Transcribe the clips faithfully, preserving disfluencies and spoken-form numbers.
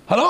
Halló?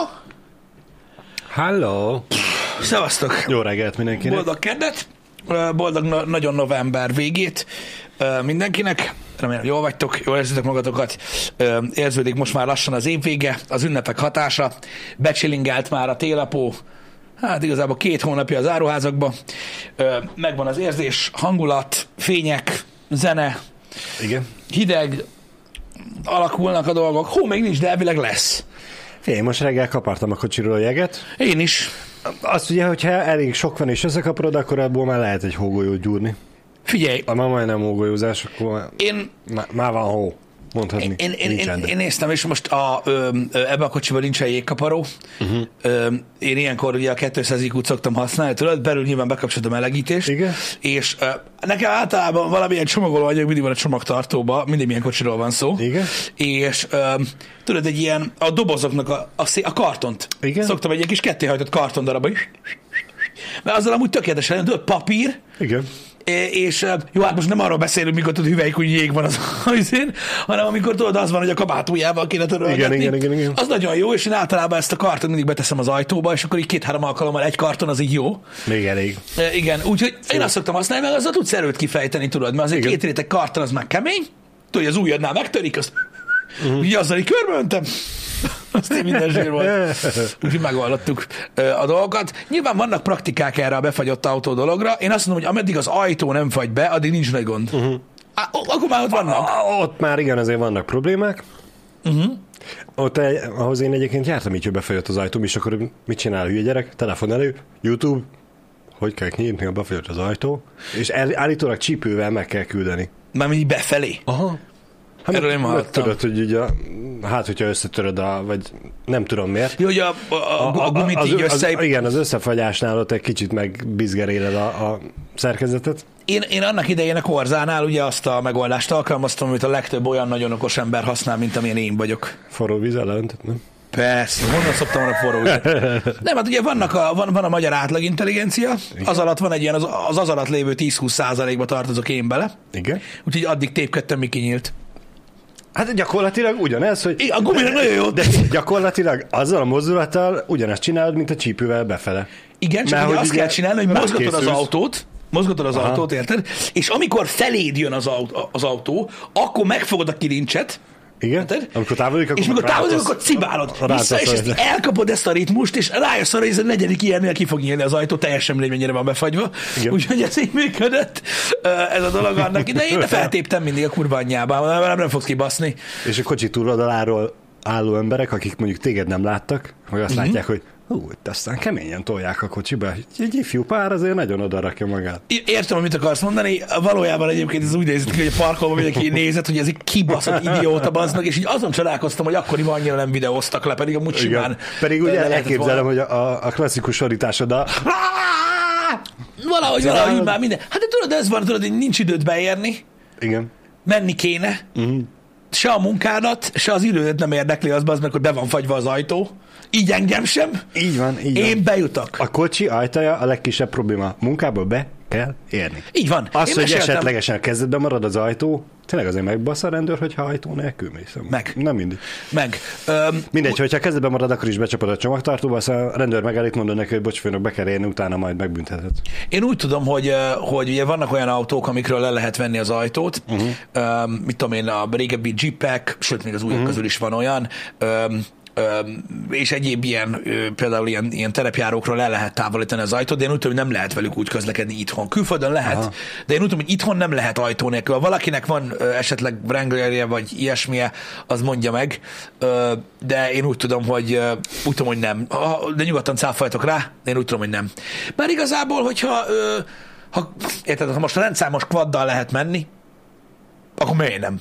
Halló! Szevasztok! Jó reggelt mindenkinek! Boldog keddet! Boldog no- nagyon november végét mindenkinek. Remélem, jól vagytok, jól érzitek magatokat. Érződik most már lassan az év vége, az ünnepek hatása. Becsilingelt már a télapó. Hát igazából két hónapja az áruházakba. Megvan az érzés, hangulat, fények, zene. Igen. Hideg, alakulnak a dolgok. Hó, még nincs, de elvileg lesz. Én most reggel kapartam a kocsiról a jeget. Én is. Azt ugye, hogyha elég sok van és összekaparod, akkor abból már lehet egy hógolyót gyúrni. Figyelj. Ha már majdnem hógolyózás, akkor már, én, már, már van hó. Mondhatni. Én, én, én, én néztem, és most a, ö, ebbe a kocsiban nincsen jégkaparó. Uh-huh. Ö, én ilyenkor ugye a kétszáz i kút szoktam használni, tudod, belül nyilván bekapcsoltam a melegítést. Igen. És ö, nekem általában valamilyen csomagolóanyag mindig van a csomagtartóban, mindig milyen kocsiról van szó. Igen. És ö, tudod, egy ilyen, a dobozoknak a, a, szé, a kartont. Igen. Szoktam egy ilyen kis kettéhajtott kartondarabba. Mert azzal amúgy tökéletesen, tudod, papír. Igen. És jó, hát most nem arról beszélünk, mikor tudod, hüvelykúj jég van az ajzén, hanem amikor tudod, az van, hogy a kabátújával kéne törölgetni. Igen, igen, igen, igen. Az nagyon jó, és én általában ezt a karton mindig beteszem az ajtóba, és akkor így két-három alkalommal egy karton, az így jó. Még elég. E, igen, úgyhogy én azt szoktam használni, mert azzal tudsz erőt kifejteni, tudod, mert azért két réteg karton az már kemény, tudod, hogy az ujjadnál megtörik, azt uh-huh. ugye azzal így körbeöntem. Azt én minden zsír volt. Úgyhogy megoldottuk a dolgokat. Nyilván vannak praktikák erre a befagyott autó dologra. Én azt mondom, hogy ameddig az ajtó nem fagy be, addig nincs nagy gond. Uh-huh. Á, akkor már ott vannak. A, ott már igen, azért vannak problémák. Uh-huh. Ott, ahhoz én egyébként jártam így, hogy befagyott az ajtóm, és akkor mit csinál a hülye gyerek? Telefon elő, YouTube, hogy kell kinyitni, ha befagyott az ajtó, és el, állítólag csípővel meg kell küldeni. Már így befelé? Aha. Hát erről nem hallottam. Tudod, hogy ugye, hát, hogyha összetöröd a, vagy nem tudom miért. Jó, hogy a, a, a, a gumit az, így össze... Az, igen, az összefagyásnál ott egy kicsit megbizgeréled a, a szerkezetet. Én, én annak idején a Korzánál ugye azt a megoldást alkalmaztam, amit a legtöbb olyan nagyon okos ember használ, mint amilyen én vagyok. Forró vízzel leöntött, nem? Persze, honnan szoktam volna forró vizet? Nem, hát ugye vannak a, van, van a magyar átlagintelligencia, az alatt van egy ilyen, az, az az alatt lévő tíz-húsz százalékba tartozok én bele. Igen. Úgyhogy addig tépkedtem, mi kinyílt. Hát gyakorlatilag ugyanez, hogy... A guminak nagyon jó. De gyakorlatilag azzal a mozdulattal ugyanazt csinálod, mint a csípővel befele. Igen, csak ugye azt kell csinálni, hogy mozgatod az autót, mozgatod az Aha. autót, érted? És amikor feléd jön az autó, az autó, akkor megfogod a kilincset, igen? Érted? Amikor távolodik, akkor és mikor távolodik, akkor cibálod vissza, és ezt elkapod ezt a ritmust, és rájössz arra, hogy ez a negyedik ilyennél ki fog nyílni az ajtó, teljesen mindegy, mennyire van befagyva. Úgyhogy ez így működött, ez a dolog annak idején, de feltéptem mindig a kurva anyjában, nem, nem fogsz kibaszni. És a kocsi túloldaláról álló emberek, akik mondjuk téged nem láttak, hogy azt uh-huh. látják, hogy hú, aztán keményen tolják a kocsiba. Egy ifjú pár azért nagyon odarakja magát. Értem, amit akarsz mondani. Valójában egyébként ez úgy nézett ki, hogy a parkolban mindenki nézett, hogy ez egy kibaszott idióta baznak, és így azon csodálkoztam, hogy akkoriban annyira nem videóztak le, pedig amúgy simán. Igen. Pedig ugye elképzelem, hogy a, a klasszikus sorításod a... Valahogy, valahogy már minden. Hát de tudod, ez van, tudod, hogy nincs időt beérni. Igen. Menni kéne. Uh-huh. Se a munkádat, se az időt nem érdekli az, az meg, hogy be van fagyva az ajtó. Így engem sem. Így van, így Én van. bejutok. A kocsi ajtaja a legkisebb probléma. Munkából be kell érni. Így van. Az, Én hogy meséltem. esetlegesen kezdetben marad az ajtó, tényleg azért megbasz a rendőr, hogyha ajtó nélkül mész. Meg. Nem mindig. Meg. Öm, Mindegy, hogyha kezdetben marad, akkor is becsapod a csomagtartóba, aztán a rendőr megállít, mondod neki, hogy bocs, főnök, be kell érni, utána majd megbüntethet. Én úgy tudom, hogy, hogy ugye vannak olyan autók, amikről le lehet venni az ajtót. Uh-huh. Öm, mit tudom én, a régebbi Jeepek, sőt, még az újak uh-huh. közül is van olyan, öm, és egyéb ilyen, például ilyen, ilyen terepjárókról le lehet távolítani az ajtót, de én úgy tudom, hogy nem lehet velük úgy közlekedni itthon. Külföldön lehet, Aha. de én úgy tudom, hogy itthon nem lehet ajtó nélkül. Ha valakinek van esetleg Wranglerje vagy ilyesmije, az mondja meg, de én úgy tudom, hogy úgy tudom, hogy nem. De nyugodtan cáfoljatok rá, de én úgy tudom, hogy nem. Bár igazából, hogyha ha, érted, ha most a rendszámos quaddal lehet menni, akkor miért nem?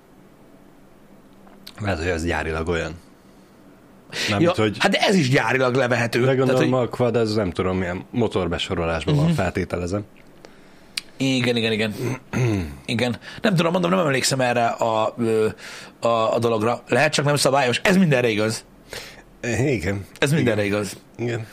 Lehet, hogy ez gyárilag olyan. Nem, ja, hogy... Hát de ez is gyárilag levehető. De gondolom, tehát, hogy... a quad, ez nem tudom, milyen motorbesorolásban uh-huh. van, feltételezem. Igen, igen, igen. igen. Nem tudom, mondom, nem emlékszem erre a, a, a dologra. Lehet, csak nem szabályos. Ez mindenre igaz. Igen. Ez mindenre igen. igaz. Igen.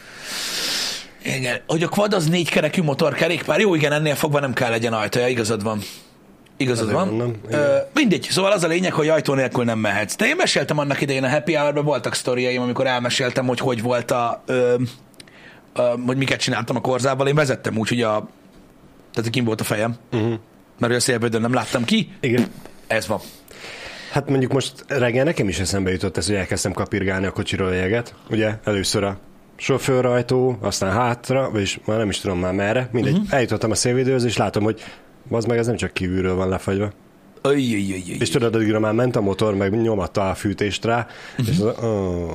Igen. Hogy a quad az négy kerekű motorkerékpár. Jó, igen, ennél fogva nem kell legyen ajtaja, igazad van. igazad Azért van. mondom, Ö, mindegy, szóval az a lényeg, hogy ajtó nélkül nem mehetsz. De én meséltem annak idején a Happy Hour-ban, voltak sztoriaim, amikor elmeséltem, hogy hogy volt a, ö, ö, hogy miket csináltam a korzával. Én vezettem úgy, hogy a, tehát kim volt a fejem, uh-huh. mert a szélbődön nem láttam ki. Igen. Ez van. Hát mondjuk most reggel nekem is eszembe jutott ez, hogy elkezdtem kapirgálni a kocsiról a jeget. Ugye először a sofőrajtó, aztán hátra, vagyis már nem is tudom már merre. Mindegy, uh-huh. eljutottam a szélvédőhöz, és látom, hogy az meg ez nem csak kívülről van lefagyva. Öj, öj, öj, öj. És tudod, addigra már ment a motor, meg nyomatta a fűtést rá, uh-huh. és az, oh.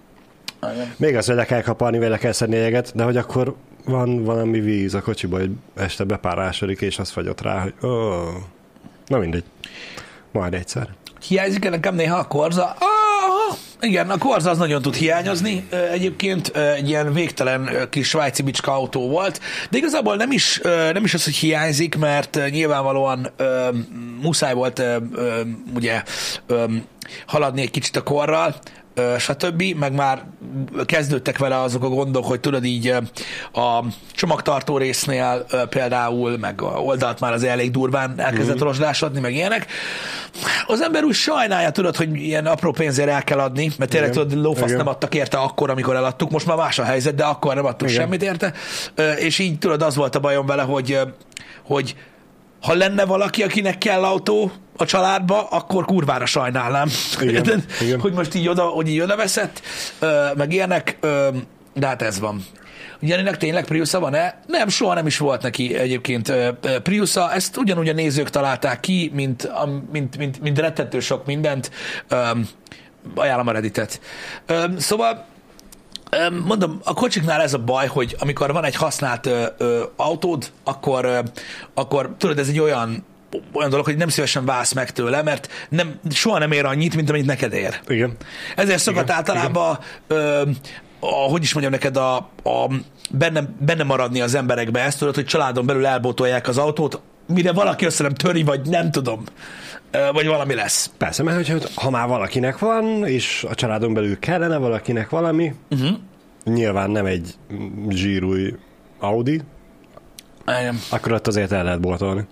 Még az, hogy le kell kaparni, vagy le kell szedni a jeget, de hogy akkor van valami víz a kocsiba, hogy este bepárásodik, és az fagyott rá, hogy oh. Na mindegy. Majd egyszer. Hiányzik nekem néha a korza? Ah, igen, a korza az nagyon tud hiányozni. Egyébként egy ilyen végtelen kis svájci bicska autó volt, de igazából nem is, nem is az, hogy hiányzik, mert nyilvánvalóan muszáj volt ugye haladni egy kicsit a korral, stb., meg már kezdődtek vele azok a gondok, hogy tudod így a csomagtartó résznél például, meg a oldalt már az elég durván elkezdett mm. rozsdásodni, meg ilyenek. Az ember úgy sajnálja, tudod, hogy ilyen apró pénzért el kell adni, mert tényleg tudod, lófaszt nem adtak érte akkor, amikor eladtuk, most már más a helyzet, de akkor nem adtuk Igen. semmit érte, és így tudod, az volt a bajom vele, hogy, hogy ha lenne valaki, akinek kell autó a családba, akkor kurvára sajnálnám. Igen, igen. Hogy most így oda, hogy így oda veszett, meg ilyenek, de hát ez van. Janinek tényleg Priusza van-e? Nem, soha nem is volt neki egyébként Priusza. Ezt ugyanúgy a nézők találták ki, mint, mint, mint, mint rettentő sok mindent. Ajánlom a Redditet. Szóval mondom, a kocsiknál ez a baj, hogy amikor van egy használt ö, ö, autód, akkor, ö, akkor tudod, ez egy olyan, olyan dolog, hogy nem szívesen válsz meg tőle, mert nem, soha nem ér annyit, mint amennyit neked ér. Igen. Ezért szokott Igen. általában, ö, a, hogy is mondjam neked, a, a benne, benne maradni az emberekbe ezt, tudod, hogy családon belül elbótolják az autót, mire valaki össze nem töri, vagy nem tudom, vagy valami lesz. Persze, mert hogyha, ha már valakinek van, és a családon belül kellene valakinek valami, uh-huh. nyilván nem egy zsírúj Audi, Igen. akkor ott azért el lehet boltolni.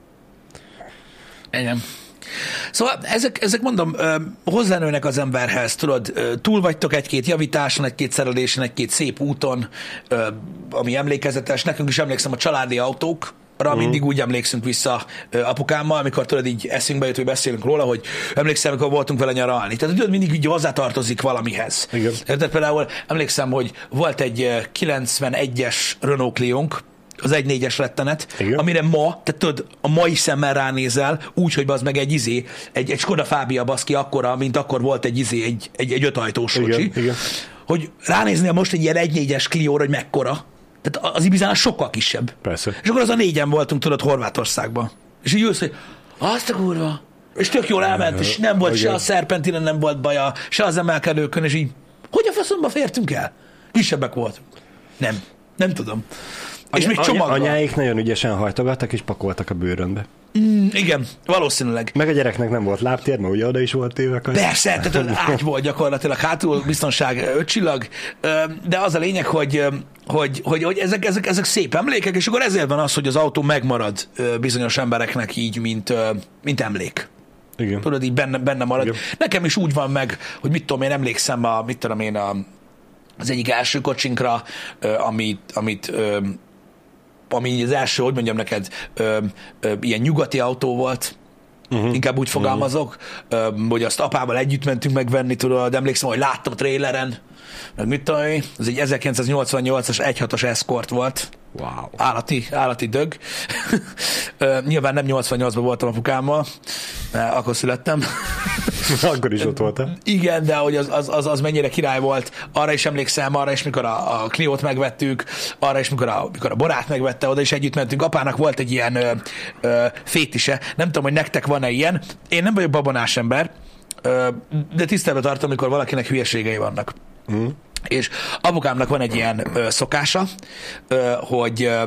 Igen. Szóval ezek, ezek mondom, hozzánőnek az emberhez, tudod, túl vagytok egy-két javításon, egy-két szerelésen, egy-két szép úton, ami emlékezetes. Nekünk is emlékszem a családi autók, arra uh-huh. mindig úgy emlékszünk vissza apukámmal, amikor tudod, így eszünkbe jött, hogy beszélünk róla, hogy emlékszem, amikor voltunk vele nyaralni. Tehát tudod, mindig így hozzátartozik valamihez. Igen. Tehát például emlékszem, hogy volt egy kilencvenegyes Renault Clio-nk, az egy négyes rettenet, Igen. amire ma, tehát tudod, a mai szemmel ránézel, úgy, hogy az meg egy izé, egy, egy Skoda Fabia baszki akkora, mint akkor volt egy izé, egy, egy, egy ötajtós kocsi. Igen. Hogy ránéznél most egy ilyen egy négyes Clio-ra, hogy mekkora. Tehát az Ibizán sokkal kisebb. Persze. És akkor az a négyen voltunk, tudod, Horvátországban. És így jössz, hogy azt a kurva. És tök jól elment, és nem volt Igen. se a szerpentinen, nem volt baja, se az emelkedőkön, és így, hogy a faszomba fértünk el? Kisebbek voltunk. Nem. Nem tudom. És még csomagban. Anyáik nagyon ügyesen hajtogattak, és pakoltak a bőrönbe. Mm, igen, valószínűleg. Meg a gyereknek nem volt lábtér, mert ugye oda is volt téve. Persze, tehát ágy volt gyakorlatilag, hátul biztonság öt csillag, de az a lényeg, hogy, hogy, hogy, hogy ezek, ezek, ezek szép emlékek, és akkor ezért van az, hogy az autó megmarad bizonyos embereknek így, mint, mint emlék. Igen. Tudod, így benne, benne marad. Igen. Nekem is úgy van meg, hogy mit tudom én, emlékszem a, mit tudom én, a, az egyik első kocsinkra, amit, amit ami az első, hogy mondjam neked, ö, ö, ilyen nyugati autó volt, uh-huh. inkább úgy fogalmazok, uh-huh. ö, hogy azt apával együtt mentünk megvenni, tudod, emlékszem, hogy láttam a traileren, meg mit tudom én, ez egy ezerkilencszáznyolcvannyolcas egy hatos Escort volt. Wow. Állati, állati dög. Nyilván nem nyolcvannyolcban voltam apukámmal, mert akkor születtem. Akkor is ott voltam. Igen, de hogy az, az, az, az mennyire király volt. Arra is emlékszem, arra is, mikor a, a Cliót megvettük, arra is, mikor a, mikor a Borát megvette, oda is együtt mentünk. Apának volt egy ilyen ö, ö, fétise. Nem tudom, hogy nektek van-e ilyen. Én nem vagyok babonás ember, ö, de tiszteletben tartom, amikor valakinek hülyeségei vannak. Mm. És apukámnak van egy ilyen ö, szokása, ö, hogy ö,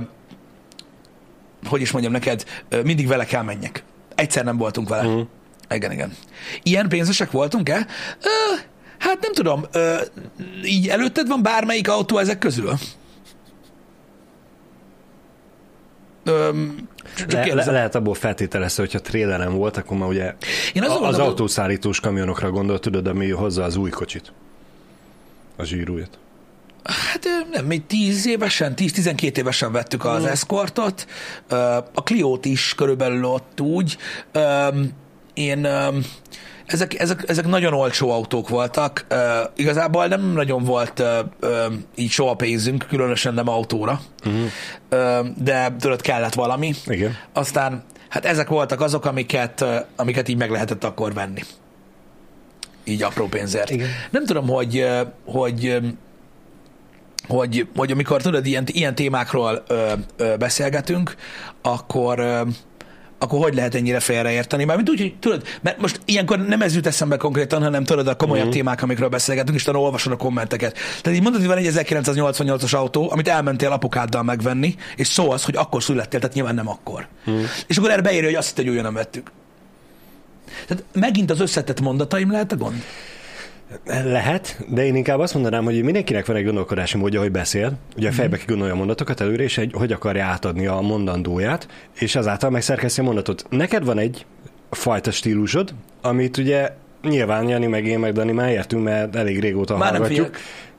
hogy is mondjam neked, ö, mindig vele kell menjek. Egyszer nem voltunk vele. Mm. Igen, igen. Ilyen pénzesek voltunk-e? Ö, hát nem tudom. Ö, így előtted van bármelyik autó ezek közül? Öm, Le, le, lehet abból feltételezte, hogyha tréleren volt, akkor már ugye Én az, az autószállítós kamionokra gondol, tudod, ami hozza az új kocsit. A zsírújat. Hát nem, mi tíz évesen, tíz-tizenkét évesen vettük az mm. Escortot, a Cliót is körülbelül ott úgy. Én, ezek, ezek, ezek nagyon olcsó autók voltak, igazából nem nagyon volt így soha pénzünk, különösen nem autóra, mm. de tudod, kellett valami. Igen. Aztán hát ezek voltak azok, amiket, amiket így meg lehetett akkor venni. Így apró pénzért. Igen. Nem tudom, hogy, hogy Hogy, hogy amikor tudod, ilyen, ilyen témákról ö, ö, beszélgetünk, akkor, ö, akkor hogy lehet ennyire félreérteni? Mármint úgy, hogy tudod, mert most ilyenkor nem ez jut eszembe konkrétan, hanem tudod a komolyabb mm-hmm. témák, amikről beszélgetünk, és talán olvasod a kommenteket. Tehát így mondod, hogy van egy ezerkilencszáznyolcvannyolcas autó, amit elmentél apukáddal megvenni, és szó az, hogy akkor születtél, tehát nyilván nem akkor. Mm. És akkor erre beírja, hogy azt hitt, hogy újra nem vettük. Tehát megint az összetett mondataim lehet a gond? Lehet, de én inkább azt mondanám, hogy mindenkinek van egy gondolkodási módja, hogy beszél. Ugye a fejbe kigondolja a mondatokat előre, és egy, hogy akarja átadni a mondandóját, és azáltal megszerkeszti a mondatot. Neked van egy fajta stílusod, amit ugye nyilván Jani, meg én, meg Dani már értünk, mert elég régóta már hallgatjuk.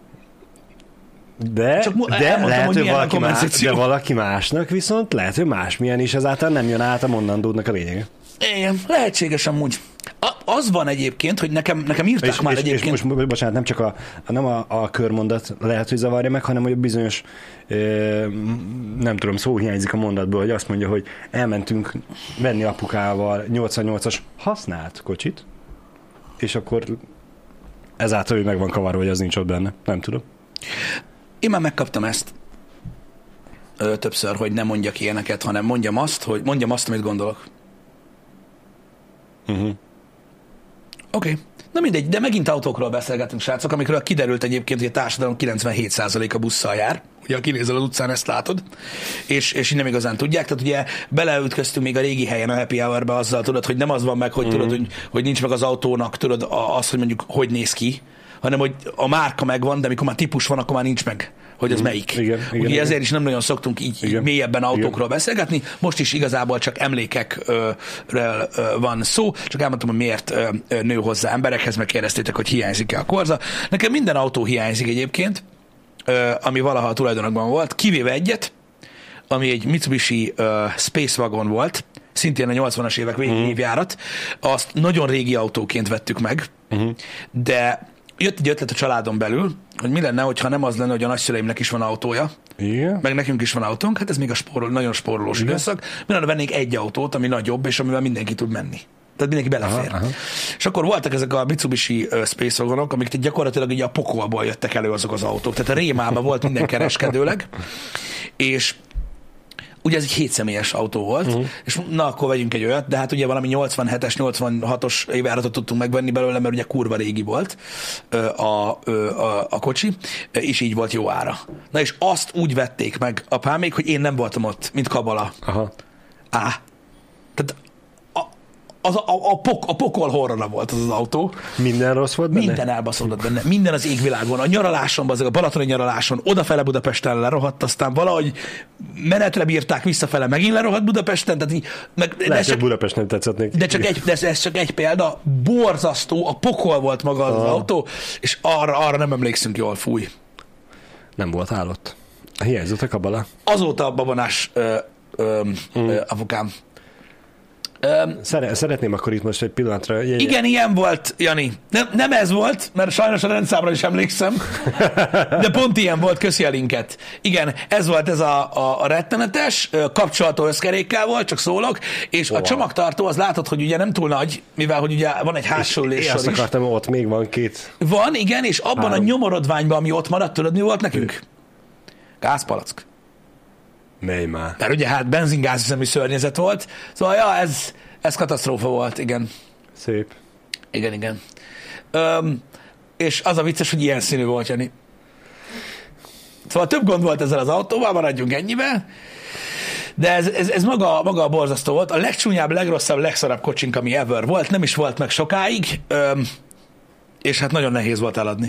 De, Csak de lehet, hogy, hogy valaki, más, de valaki másnak viszont lehet, hogy másmilyen is, ezáltal nem jön át a mondandódnak a lényege. Igen, lehetséges amúgy. A, az van egyébként, hogy nekem, nekem írták és, már és, egyébként. És most, bocsánat, nem csak a, nem a, a körmondat lehet, hogy zavarja meg, hanem hogy bizonyos, e, nem tudom, szó hiányzik a mondatból, hogy azt mondja, hogy elmentünk venni apukával nyolcvannyolcas használt kocsit, és akkor ezáltal, hogy meg van kavarva, hogy az nincs ott benne. Nem tudom. Én már megkaptam ezt ö, többször, hogy nem mondjak ilyeneket, hanem mondjam azt, hogy mondjam azt, amit gondolok. Uh-huh. Oké. Okay. Na mindegy, de megint autókról beszélgetünk, srácok, amikről kiderült egyébként, hogy a társadalom kilencvenhét százaléka busszal jár. Ugye, ha kinézel az utcán, ezt látod, és, és így nem igazán tudják. Tehát ugye beleütköztünk még a régi helyen a happy hour-be azzal, tudod, hogy nem az van meg, hogy uh-huh. tudod, hogy, hogy nincs meg az autónak, tudod, az, hogy mondjuk hogy néz ki, hanem hogy a márka megvan, de amikor már típus van, akkor már nincs meg, hogy az mm, melyik. Igen, igen, ugye igen. Ezért is nem nagyon szoktunk így igen, mélyebben autókról igen. beszélgetni. Most is igazából csak emlékekről van szó, csak elmondtam, hogy miért ö, ö, nő hozzá emberekhez, meg kérdeztétek, hogy hiányzik-e a Corsa. Nekem minden autó hiányzik egyébként, ö, ami valaha a tulajdonokban volt, kivéve egyet, ami egy Mitsubishi ö, Space Wagon volt, szintén a nyolcvanas évek végén mm. évjárat. Azt nagyon régi autóként vettük meg, mm. de jött egy ötlet a családon belül, hogy mi lenne, hogyha nem az lenne, hogy a nagyszüleimnek is van autója, igen. meg nekünk is van autónk, hát ez még a spórol, nagyon spórolós igen. időszak. Mi lenne, vennénk egy autót, ami nagyobb, és amivel mindenki tud menni. Tehát mindenki belefér. Aha, aha. És akkor voltak ezek a Mitsubishi uh, Space Wagonok, amik gyakorlatilag így a pokolból jöttek elő azok az autók. Tehát a Rémában volt minden kereskedőleg, és ugye ez egy hétszemélyes autó volt, uh-huh. és na, akkor vegyünk egy olyat, de hát ugye valami nyolcvanhetes, nyolcvanhatos évjáratot tudtunk megvenni belőle, mert ugye kurva régi volt a, a, a, a kocsi, és így volt jó ára. Na és azt úgy vették meg apámék, hogy én nem voltam ott, mint kabala. Aha. Á. Tehát az a, a, a, pok, a pokol horrora volt az az autó. Minden rossz volt benne? Minden elbaszódott benne. Minden az égvilágon. A nyaraláson, a balatoni nyaraláson, odafele Budapesten lerohadt, aztán valahogy menetre bírták visszafele, megint lerohadt Budapesten. Tehát így, meg, Lehet, hogy Budapest nem tetszett neki. De, csak egy, de ez, ez csak egy példa. Borzasztó, a pokol volt maga az, az autó, és arra, arra nem emlékszünk jól, fúj. Nem volt állott. Hiányzott a kabala. Azóta a babonás ö, ö, mm. ö, apukám. Szeretném akkor itt most egy pillanatra... Jaj, igen, ilyen volt, Jani. Nem, nem ez volt, mert sajnos a rendszámra is emlékszem, de pont ilyen volt, köszi a linket. Igen, ez volt ez a, a, a rettenetes, kapcsolható összkerékkel volt, csak szólok, és oh. a csomagtartó az látod, hogy ugye nem túl nagy, mivel hogy ugye van egy hátsó üléssor is. Én azt akartam, ott még van két. Van, igen, és abban Három. a nyomorodványban, ami ott maradt, tudod, mi volt nekünk? Gázpalack. Mely már? Mert ugye hát benzingázüzemű szörnyezet volt, szóval ja, ez, ez katasztrófa volt, igen. Szép. Igen, igen. Öm, és az a vicces, hogy ilyen színű volt, Jani. Szóval több gond volt ezzel az autóval, maradjunk ennyibe, de ez, ez, ez maga, maga a borzasztó volt. A legcsúnyább, legrosszabb, legszarabb kocsink, ami ever volt, nem is volt meg sokáig, öm, és hát nagyon nehéz volt eladni.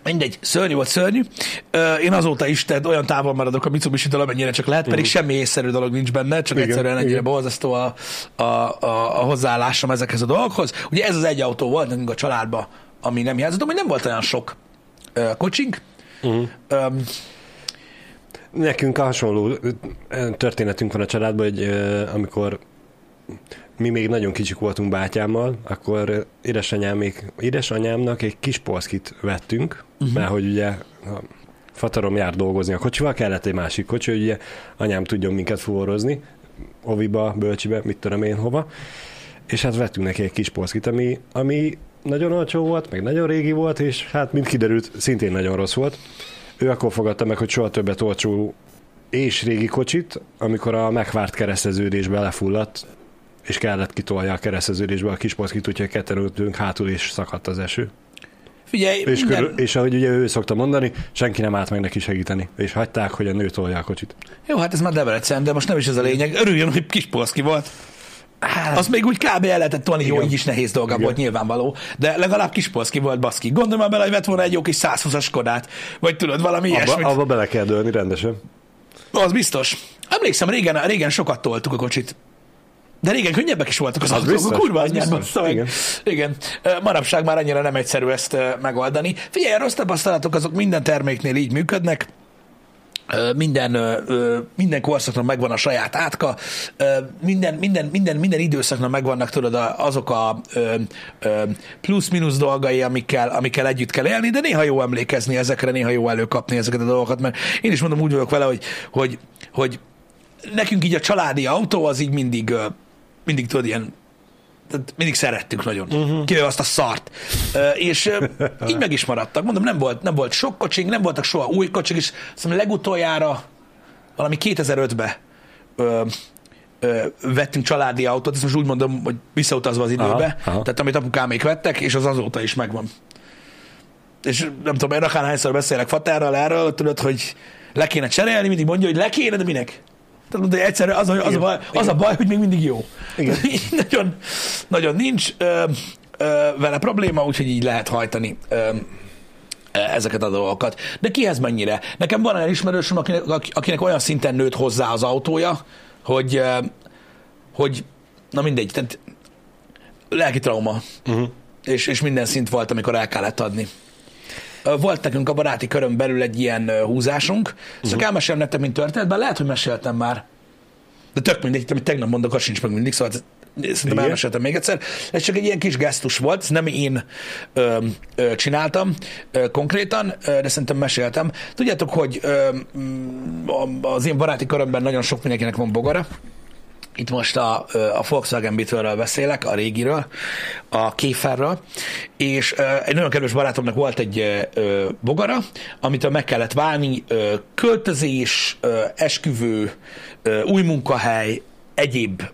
Mindegy, szörnyű volt, szörnyű. Én azóta is tehát olyan távol maradok a Mitsubishi-től, amennyire csak lehet, pedig uh-huh. semmi észszerű dolog nincs benne, csak igen, egyszerűen ennyire borzasztó a, a, a, a hozzáállásom ezekhez a dolgokhoz. Ugye ez az egy autó volt nekünk a családban, ami nem hiányzott, ami nem volt olyan sok uh, kocsink. Uh-huh. Um, Nekünk a hasonló történetünk van a családban, hogy uh, amikor mi még nagyon kicsik voltunk bátyámmal, akkor édesanyámék, édesanyámnak egy kis polszkit vettünk, uh-huh. mert hogy ugye a fatarom jár dolgozni a kocsival, kellett egy másik kocsi, hogy ugye anyám tudjon minket fuvorozni, oviba, bölcsibe, mit tudom én hova, és hát vettünk neki egy kis polszkit, ami, ami nagyon olcsó volt, meg nagyon régi volt, és hát mint kiderült, szintén nagyon rossz volt. Ő akkor fogadta meg, hogy soha többet olcsó és régi kocsit, amikor a megvárt kereszteződésbe lefulladt, és kellett kitolja a kereszteződésbe a kis polszkit, úgyhogy ketten ültünk hátul, és szakadt az eső. Figyelj, és, minden... körül, és ahogy ugye ő szokta mondani, senki nem állt meg neki segíteni, és hagyták, hogy a nő tolja a kocsit. Jó, hát ez már Debrecen, de most nem is ez a lényeg. Örüljön, hogy kis polszki volt. Hát, azt még úgy kb. El lehetett tolni, jó, így is nehéz dolga igen. volt nyilvánvaló, de legalább kis polszki volt, baszki. Gondolj már bele, hogy vett volna egy jó kis százhúszas Skodát, vagy tudod, valami abba, ilyesmit. Abba bele kell dőlni rendesen. Az biztos. Emlékszem, régen, régen sokat toltuk a kocsit. De régen könnyebbek is voltak az, az autók, a kurva anyjában. Igen. Igen. Manapság már annyira nem egyszerű ezt megoldani. Figyelj, a rossz tapasztalatok azok minden terméknél így működnek. Minden, minden korszaknak megvan a saját átka, minden, minden, minden, minden időszaknak megvannak tudod azok a plusz-minusz dolgai, amikkel, amikkel együtt kell élni, de néha jó emlékezni ezekre, néha jó előkapni ezeket a dolgokat, mert én is mondom, úgy vagyok vele, hogy, hogy, hogy nekünk így a családi autó az így mindig, mindig tudod, ilyen mindig szerettük nagyon. Uh-huh. Kivéve azt a szart. Uh, és uh, így meg is maradtak. Mondom, nem volt, nem volt sok kocsink, nem voltak soha új kocsik, és azt legutoljára valami kétezer-ötben uh, uh, vettünk családi autót, ezt most úgy mondom, hogy visszautazva az időbe, aha, aha. tehát amit apukámék vettek, és az azóta is megvan. És nem tudom, én akárhányszor beszélek Fatárral erről, tudod, hogy le kéne cserélni, mindig mondja, hogy le kéne, de minek? Tehát mondja, egyszerűen az, az, a baj, az a baj, hogy még mindig jó. nagyon, nagyon nincs ö, ö, vele probléma, úgyhogy így lehet hajtani ö, ezeket a dolgokat. De kihez mennyire? Nekem van olyan ismerősöm, akinek, akinek olyan szinten nőtt hozzá az autója, hogy, ö, hogy na mindegy, tehát lelki trauma. Uh-huh. És, és minden szint volt, amikor el kellett adni. Volt nekünk a baráti körön belül egy ilyen húzásunk, uh-huh. szóval elmesélem nektek, mint történetben, lehet, hogy meséltem már, de tök mindegy, amit tegnap mondok, az sincs meg mindig, szóval szerintem igen. elmeséltem még egyszer. Ez csak egy ilyen kis gesztus volt, ez nem én ö, ö, csináltam ö, konkrétan, ö, de szerintem meséltem. Tudjátok, hogy ö, az én baráti körömben nagyon sok mindenkinek van bogara. Itt most a, a Volkswagen Beetleről beszélek, a régiről, a Kéferről, és egy nagyon kedves barátomnak volt egy bogara, amitől meg kellett válni, költözés, esküvő, új munkahely, egyéb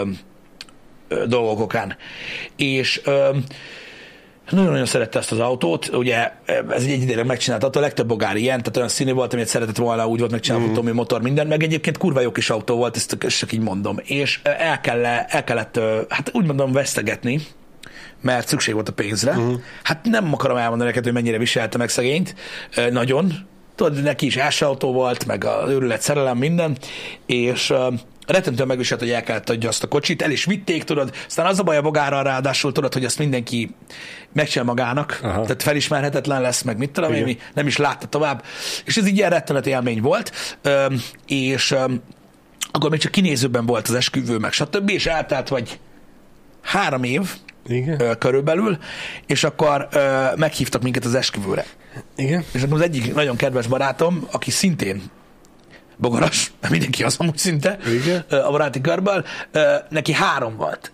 dolgok okán. És nagyon-nagyon szerette ezt az autót, ugye ez egy egyidejűleg megcsinált autó, a legtöbb bogár ilyen, tehát olyan színű volt, amit szeretett volna, úgy volt megcsinálva, futómű motor, minden, meg egyébként kurva jó kis autó volt, ezt csak így mondom, és el, kell, el kellett, hát úgy mondom, vesztegetni, mert szükség volt a pénzre. Uh-huh. Hát nem akarom elmondani neked, hogy mennyire viselte meg szegényt, nagyon, tudod, neki is első autó volt, meg a őrület szerelem, minden, és rettentően megviselt, hogy el kellett adja azt a kocsit, el is vitték, tudod, aztán az a baj a bogárral ráadásul, tudod, hogy azt mindenki megcsinál magának, aha. tehát felismerhetetlen lesz, meg mit tudom én, nem is látta tovább, és ez így ilyen rettenet élmény volt, és akkor még csak kinézőben volt az esküvő, meg stb., és eltelt vagy három év, igen. körülbelül, és akkor meghívtak minket az esküvőre. Igen. És akkor az egyik nagyon kedves barátom, aki szintén bogaras, mindenki az amúgy szinte, igen. a baráti körből, neki három volt.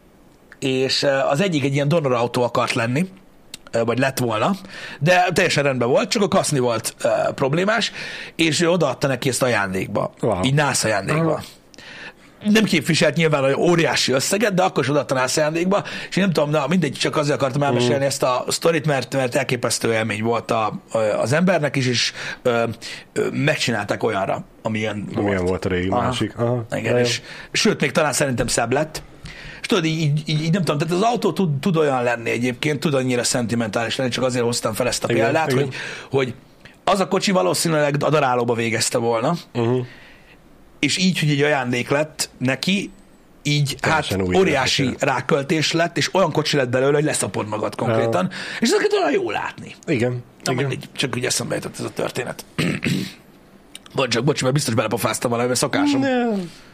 És az egyik egy ilyen donorautó akart lenni, vagy lett volna, de teljesen rendben volt, csak a kaszni volt problémás, és ő odaadta neki ezt ajándékba. Wow. Így nász ajándékba. Uh-huh. Nem képviselt nyilván olyan óriási összeget, de akkor is odaadta nász ajándékba, és én nem tudom, na mindegy, csak azért akartam elmesélni uh-huh. ezt a sztorit, mert, mert elképesztő élmény volt a, a, az embernek is, és ö, ö, megcsinálták olyanra, amilyen, amilyen volt. volt a régi aha. másik. Aha. Igen, és, sőt, még talán szerintem szebb lett. És tudod, így, így, így, nem tudom, tehát az autó tud, tud olyan lenni egyébként, tud annyira szentimentális lenni, csak azért hoztam fel ezt a igen, példát, igen. Hogy, hogy az a kocsi valószínűleg a darálóba végezte volna, uh-huh. és így, hogy egy ajándék lett neki, így teljesen hát óriási lehet, ráköltés lett, és olyan kocsi lett belőle, hogy leszapod magad konkrétan, uh. és ezeket olyan jó látni. Igen. Na, igen. Mindegy, csak úgy eszembe jutott ez a történet. Bocs, csak bocs, mert biztos belepofáztam valami, mert szakásom. Ne.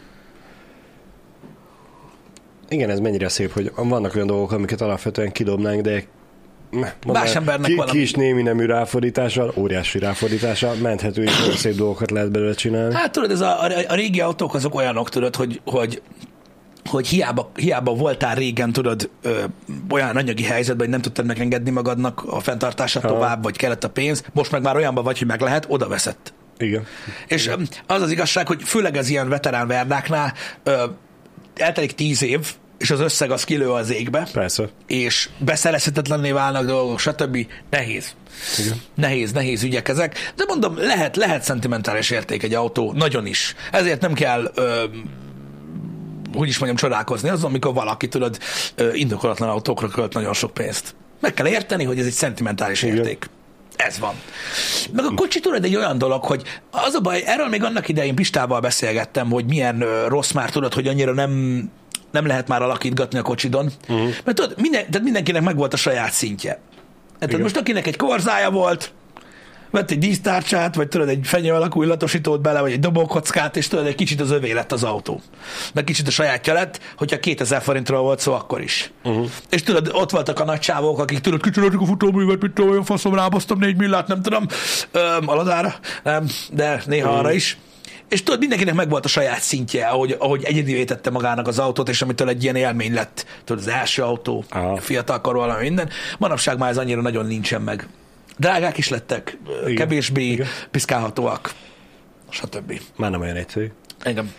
Igen, ez mennyire szép, hogy vannak olyan dolgok, amiket alapvetően kidobnánk, de más embernek ki, valami. Kis némi nemű ráfordítással, óriási ráfordítással menthető és nagyon szép dolgokat lehet belőle csinálni. Hát tudod, ez a, a, a régi autók azok olyanok, tudod, hogy, hogy hogy hiába, hiába voltál régen, tudod, ö, olyan anyagi helyzetben, hogy nem tudtad megengedni magadnak a fenntartását ha. tovább, vagy kellett a pénz, most meg már olyanban vagy, hogy meg lehet, oda veszett. Igen. És Igen. az az igazság, hogy főleg az ilyen veterán verdáknál ö, eltelik tíz év, és az összeg az kilő az égbe. Persze. És beszerezhetetlenné válnak dolgok, stb. Nehéz. Igen. Nehéz, nehéz ügyek ezek. De mondom, lehet, lehet szentimentális érték egy autó, nagyon is. Ezért nem kell ö, hogy is mondjam, csodálkozni azon, amikor valaki, tudod, indokolatlan autókra költ nagyon sok pénzt. Meg kell érteni, hogy ez egy szentimentális igen. érték. Ez van. Meg a kocsi, tudod, egy olyan dolog, hogy az a baj, erről még annak idején Pistával beszélgettem, hogy milyen rossz már, tudod, hogy annyira nem, nem lehet már alakítgatni a kocsidon. Uh-huh. Mert tudod, minden, tehát mindenkinek megvolt a saját szintje. Tehát most akinek egy korzája volt, vett egy dísztárcsát, vagy tudod, egy fenyő alakú illatosítót bele, vagy egy dobókockát, és tudod, egy kicsit az övé lett az autó. Meg kicsit a sajátja lett, hogyha kétezer forintról volt szó, akkor is. Uh-huh. És tudod, ott voltak a nagy csávók, akik tudod, kicsináltuk a futóművet, mit tudom, olyan faszom, rábasztam négy millát, nem tudom, öm, aladára, nem, de néha uh-huh. arra is. És tudod, mindenkinek megvolt a saját szintje, ahogy, ahogy egyedivé tette magának az autót, és amitől egy ilyen élmény lett, tudod, az első autó, uh-huh. fiatalkor valami minden. Manapság már ez annyira nagyon nincsen meg. Drágák is lettek, igen, kevésbé igen. piszkálhatóak, stb. Már nem olyan egyszerű. Igen.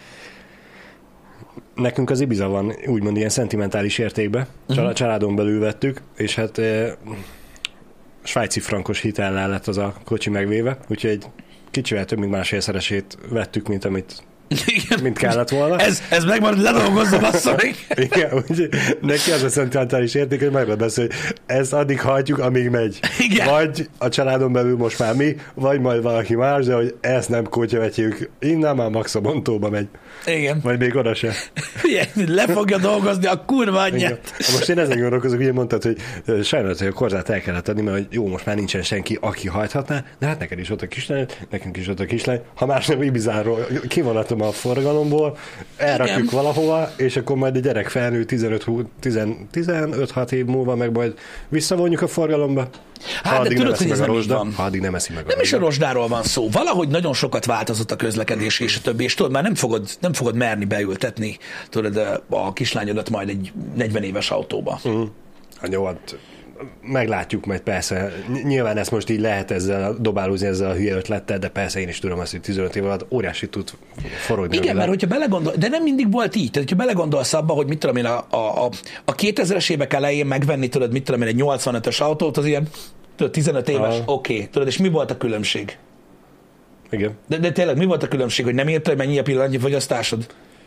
Nekünk az Ibiza van úgymond ilyen szentimentális értékbe. Uh-huh. Családon belül vettük, és hát e, svájci frankos hitellel lett az a kocsi megvéve, úgyhogy egy kicsivel több mint másfélszeresét vettük, mint amit igen. mint kellett volna. Ez, ez megmarad, ledolgozzam azt még. Igen, úgyhogy neki az a szentimentális érték, hogy megvan beszél, hogy ezt addig hagyjuk, amíg megy. Igen. Vagy a családon belül most már mi, vagy majd valaki más, de hogy ezt nem kótyavetjük, innen már max a bontóba megy. Igen. Vagy még oda se. Le fogja dolgozni a kurva anyját. Most én ezen gondolkozok, ugye mondtad, hogy sajnos, hogy a korzát el kellett adni, mert hogy jó, most már nincsen senki, aki hajthatná, de hát neked is ott a kislány, nekünk is ott a kislány. Ha más nem Ibizáról kivonatom a forgalomból, elrakjuk igen. valahova, és akkor majd a gyerek felnő tizenöt-hat év múlva meg majd visszavonjuk a forgalomba. Hát, ha de tudod, hogy ez nem rozsda, van. Ha addig nem eszi meg a Nem rozsda. is a rozsdáról van szó. Valahogy nagyon sokat változott a közlekedés és a többi, és tudod, már nem fogod, nem fogod merni beültetni tudod, a kislányodat majd egy negyven éves autóba. Uh-huh. Hát jó, hát meglátjuk majd persze. Nyilván ezt most így lehet ezzel dobálózni ezzel a hülye ötlettel, de persze én is tudom azt, hogy tizenöt év alatt óriási tud forogni. Igen, mert hogyha belegondol, de nem mindig volt így. Tehát, hogyha belegondolsz abba, hogy mit tudom én, a, a, a, a kétezres évek elején megvenni, tudod, mit tudom én, egy nyolcvanötös autót, az ilyen, tudod, tizenöt éves, ah. oké, okay, tudod, és mi volt a különbség? Igen. De, de tényleg, mi volt a különbség, hogy nem érte, hogy mennyi a pillanatnyifogyasztásod?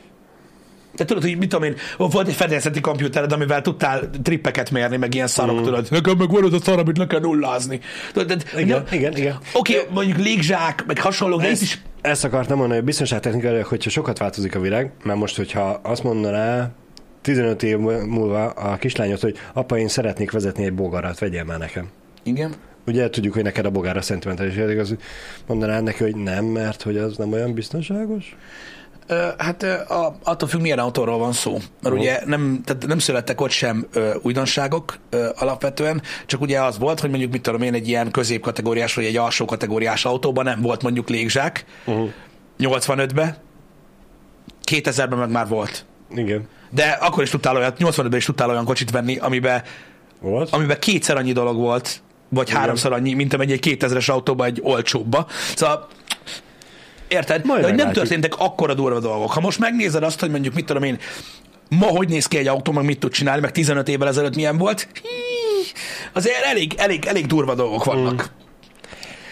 Te tudod, hogy mit tudom én, volt egy fedélzeti kompjútered, amivel tudtál trippeket mérni, meg ilyen szarok, mm. tudod. Nekem meg van az a szar, amit le kell nullázni. Tudod, de, igen, de, igen, igen. Oké, okay, mondjuk légzsák, meg hasonlók, de ezt, is... Ezt akartam mondani, hogy biztonságtechnikailag, hogyha sokat változik a világ, mert most, hogyha azt mondaná tizenöt év múlva a kislányot, hogy apa, én szeretnék vezetni egy bogarat, vegyél már nekem. Igen. Ugye tudjuk, hogy neked a bogára szentimentális érték, az mondanád neki, hogy nem, mert hogy az nem olyan biztonságos? Hát a, attól függ, milyen autóról van szó. Mert uh-huh. ugye nem, tehát nem születtek ott sem ö, újdonságok ö, alapvetően, csak ugye az volt, hogy mondjuk mit tudom én, egy ilyen középkategóriás vagy egy alsó kategóriás autóban nem volt mondjuk légzsák, uh-huh. nyolcvanötben, kétezerben meg már volt. Igen. De akkor is tudtál olyan, nyolcvanötben is tudtál olyan kocsit venni, amiben, amiben kétszer annyi dolog volt, vagy igen. háromszor annyi, mint amennyi egy kétezres autóban egy olcsóbba. Szóval érted? Majd de hogy nem történtek akkora durva dolgok. Ha most megnézed azt, hogy mondjuk mit tudom én, ma hogy néz ki egy autó, meg mit tud csinálni, meg tizenöt évvel ezelőtt milyen volt, azért elég, elég, elég durva dolgok vannak.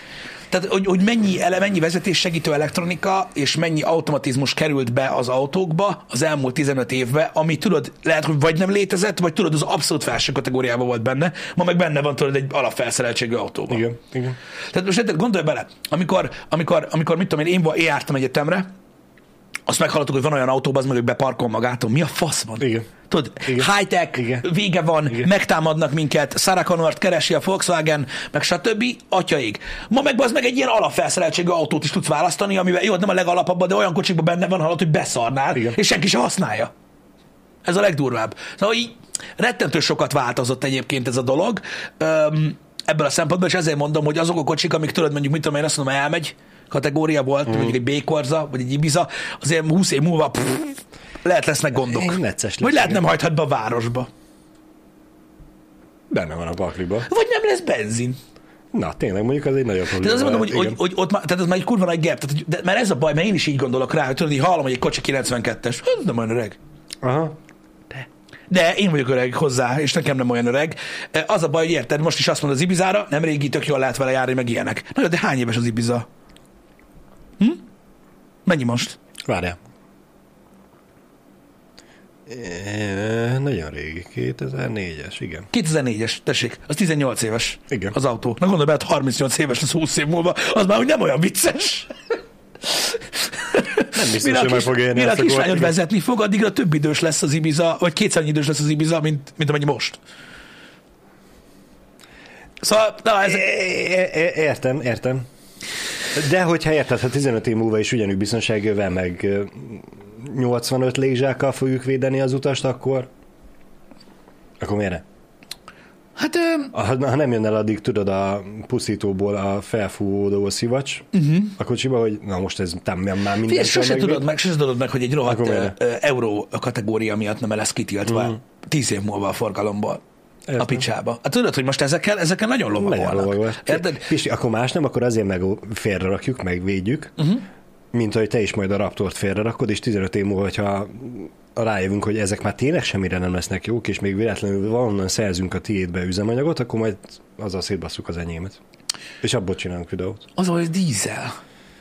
tehát hogy, hogy mennyi, ele, mennyi vezetéssegítő elektronika és mennyi automatizmus került be az autókba az elmúlt tizenöt évben, ami tudod, lehet, hogy vagy nem létezett, vagy tudod, az abszolút felső kategóriában volt benne, ma meg benne van tudod egy alapfelszereltségű autóban. Igen, igen. Tehát most gondolj bele, amikor, amikor, amikor mit tudom én, én, én jártam egyetemre, azt meghallottuk, hogy van olyan autóban, az meg, hogy beparkol magától. Mi a fasz van? Igen. Tudod, Igen. high-tech, Igen. vége van, Igen. megtámadnak minket, Sarah Connort keresi a Volkswagen, meg stb. Atyaig. Ma meg az meg egy ilyen alapfelszereltségű autót is tudsz választani, amivel jó, nem a legalapabb, de olyan kocsikban benne van, hallott, hogy beszarnál, Igen. és senki sem használja. Ez a legdurvább. Szóval így rettentő sokat változott egyébként ez a dolog. Öm, ebből a szempontból, és ezért mondom, hogy azok a kocsik, amik tudod, mondjuk, mit tudom én, azt mondom, elmegy, kategória volt, mm. mondjuk egy B-korza, vagy egy Ibiza, azért húsz év múlva pff, lehet lesznek gondok. Necces lesz, vagy lehet igen. nem hajthat be a városba. Benne van a pakliba. Vagy nem lesz benzin. Na, tényleg, mondjuk az egy nagyobb probléma. Tehát azt mondom, hogy, igen. hogy, hogy ott már, tehát ez már egy kurva nagy gap. Tehát, hogy- de, mert ez a baj, mert én is így gondolok rá, hogy tudod, így hallom, hogy egy kocsi kilencvenkettes. Ez nem olyan öreg. Aha. De én vagyok öreg hozzá, és nekem nem olyan öreg. Az a baj, hogy érted, most is azt mondod az Ibizára, nem régi, tök jól lehet vele járni, meg ilyenek. Na, de hány éves az Ibiza? Hm? Mennyi most? Várjál. E, nagyon régi, kétezer-négyes, igen. kétezer-négyes, tessék, az tizennyolc éves Igen. az autó. Na gondolj be, hát harmincnyolc éves lesz húsz év múlva, az már úgy nem olyan vicces. Nem biztos, Mire a, hogy meg kis, fog élni mire a ezt a kislányod kort, igen. vezetni fog, addigra több idős lesz az Ibiza, vagy kétszer idős lesz az Ibiza, mint, mint amennyi most. Szóval, na, ezek... É- é- Értem, értem. De hogyha érted, ha tizenöt év múlva is ugyanúgy biztonságjövel, meg ö, nyolcvanöt légzsákkal fogjuk védeni az utast, akkor akkor miért ne? Hát... Ö... Ha, ha nem jön el addig, tudod, a pusztítóból a felfúvódó szivacs uh-huh. a kocsiba, hogy na most ez tám, már minden Figyelj, sose tudod meg, sose tudod meg, hogy egy rohadt Akkor ö, miért ö, euró kategória miatt nem lesz kitiltva Mhm. tíz év múlva a forgalomból. Értem. A picsába. Hát tudod, hogy most ezekkel, ezekkel nagyon lovagolnak. Nagyon lovagol. Érted? Pisti, akkor más nem, akkor azért meg félre rakjuk, meg védjük, uh-huh. mint hogy te is majd a Raptort félre rakod, és tizenöt év múlva, hogyha rájövünk, hogy ezek már tényleg semmire nem lesznek jók, és még véletlenül valonnan szerzünk a tiédbe üzemanyagot, akkor majd azzal szétbasszuk az enyémet. És abból csinálunk videót. Az, hogy dízel.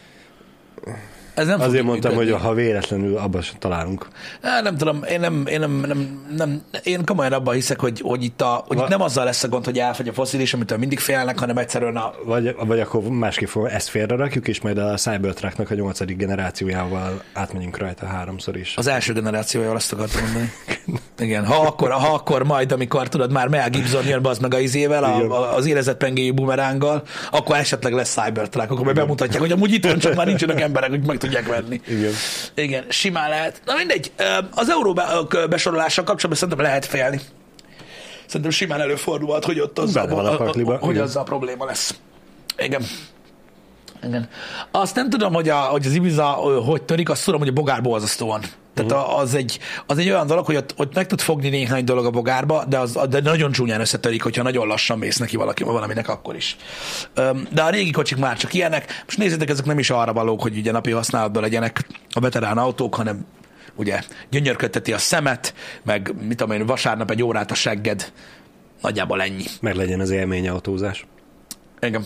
Ez nem Azért fog mondtam, működni. hogy ha véletlenül abban találunk. Á, nem tudom, én nem, én nem, nem, nem én komolyan abban hiszek, hogy, hogy, itt, a, hogy Va- itt nem azzal lesz a gond, hogy elfogy a fosszilis, amitől mindig félnek, hanem egyszerűen a... Vagy, vagy akkor másképp fog, ezt félre rakjuk, és majd a Cybertrucknak a nyolcadik generációjával átmegyünk rajta háromszor is. Az első generációja, azt akartam mondani. Igen, ha akkor, ha akkor majd, amikor tudod, már Mel Gibson jön az meg a izével, Igen. a, a, az érezett pengéjű bumeránggal, akkor esetleg lesz Cybertruck, akkor majd bemutatják, hogy amúgy itt van, csak már nincsenek emberek, hogy meg tudják venni. Igen. Igen, simán lehet. Na mindegy, az euró be- besorolással kapcsolatban szerintem lehet félni. Szerintem simán előfordulhat, hogy ott az, Benne van a pakliba, hogy igen. azzal probléma lesz. Igen. Igen. Azt nem tudom, hogy, a, hogy az Ibiza ö, hogy törik, azt tudom, hogy a bogár borzasztóan. Tehát a, az, egy, az egy olyan dolog, hogy ott, ott meg tud fogni néhány dolog a bogárba, de, az, de nagyon csúnyán összetörik, hogyha nagyon lassan mész neki valaki valaminek akkor is. Öm, De a régi kocsik már csak ilyenek. Most nézzétek, ezek nem is arra valók, hogy ugye napi használatban legyenek a veterán autók, hanem ugye gyönyörködteti a szemet, meg mit tudom én, vasárnap egy órát a segged. Nagyjából ennyi. Meg legyen az élményautózás. Igen.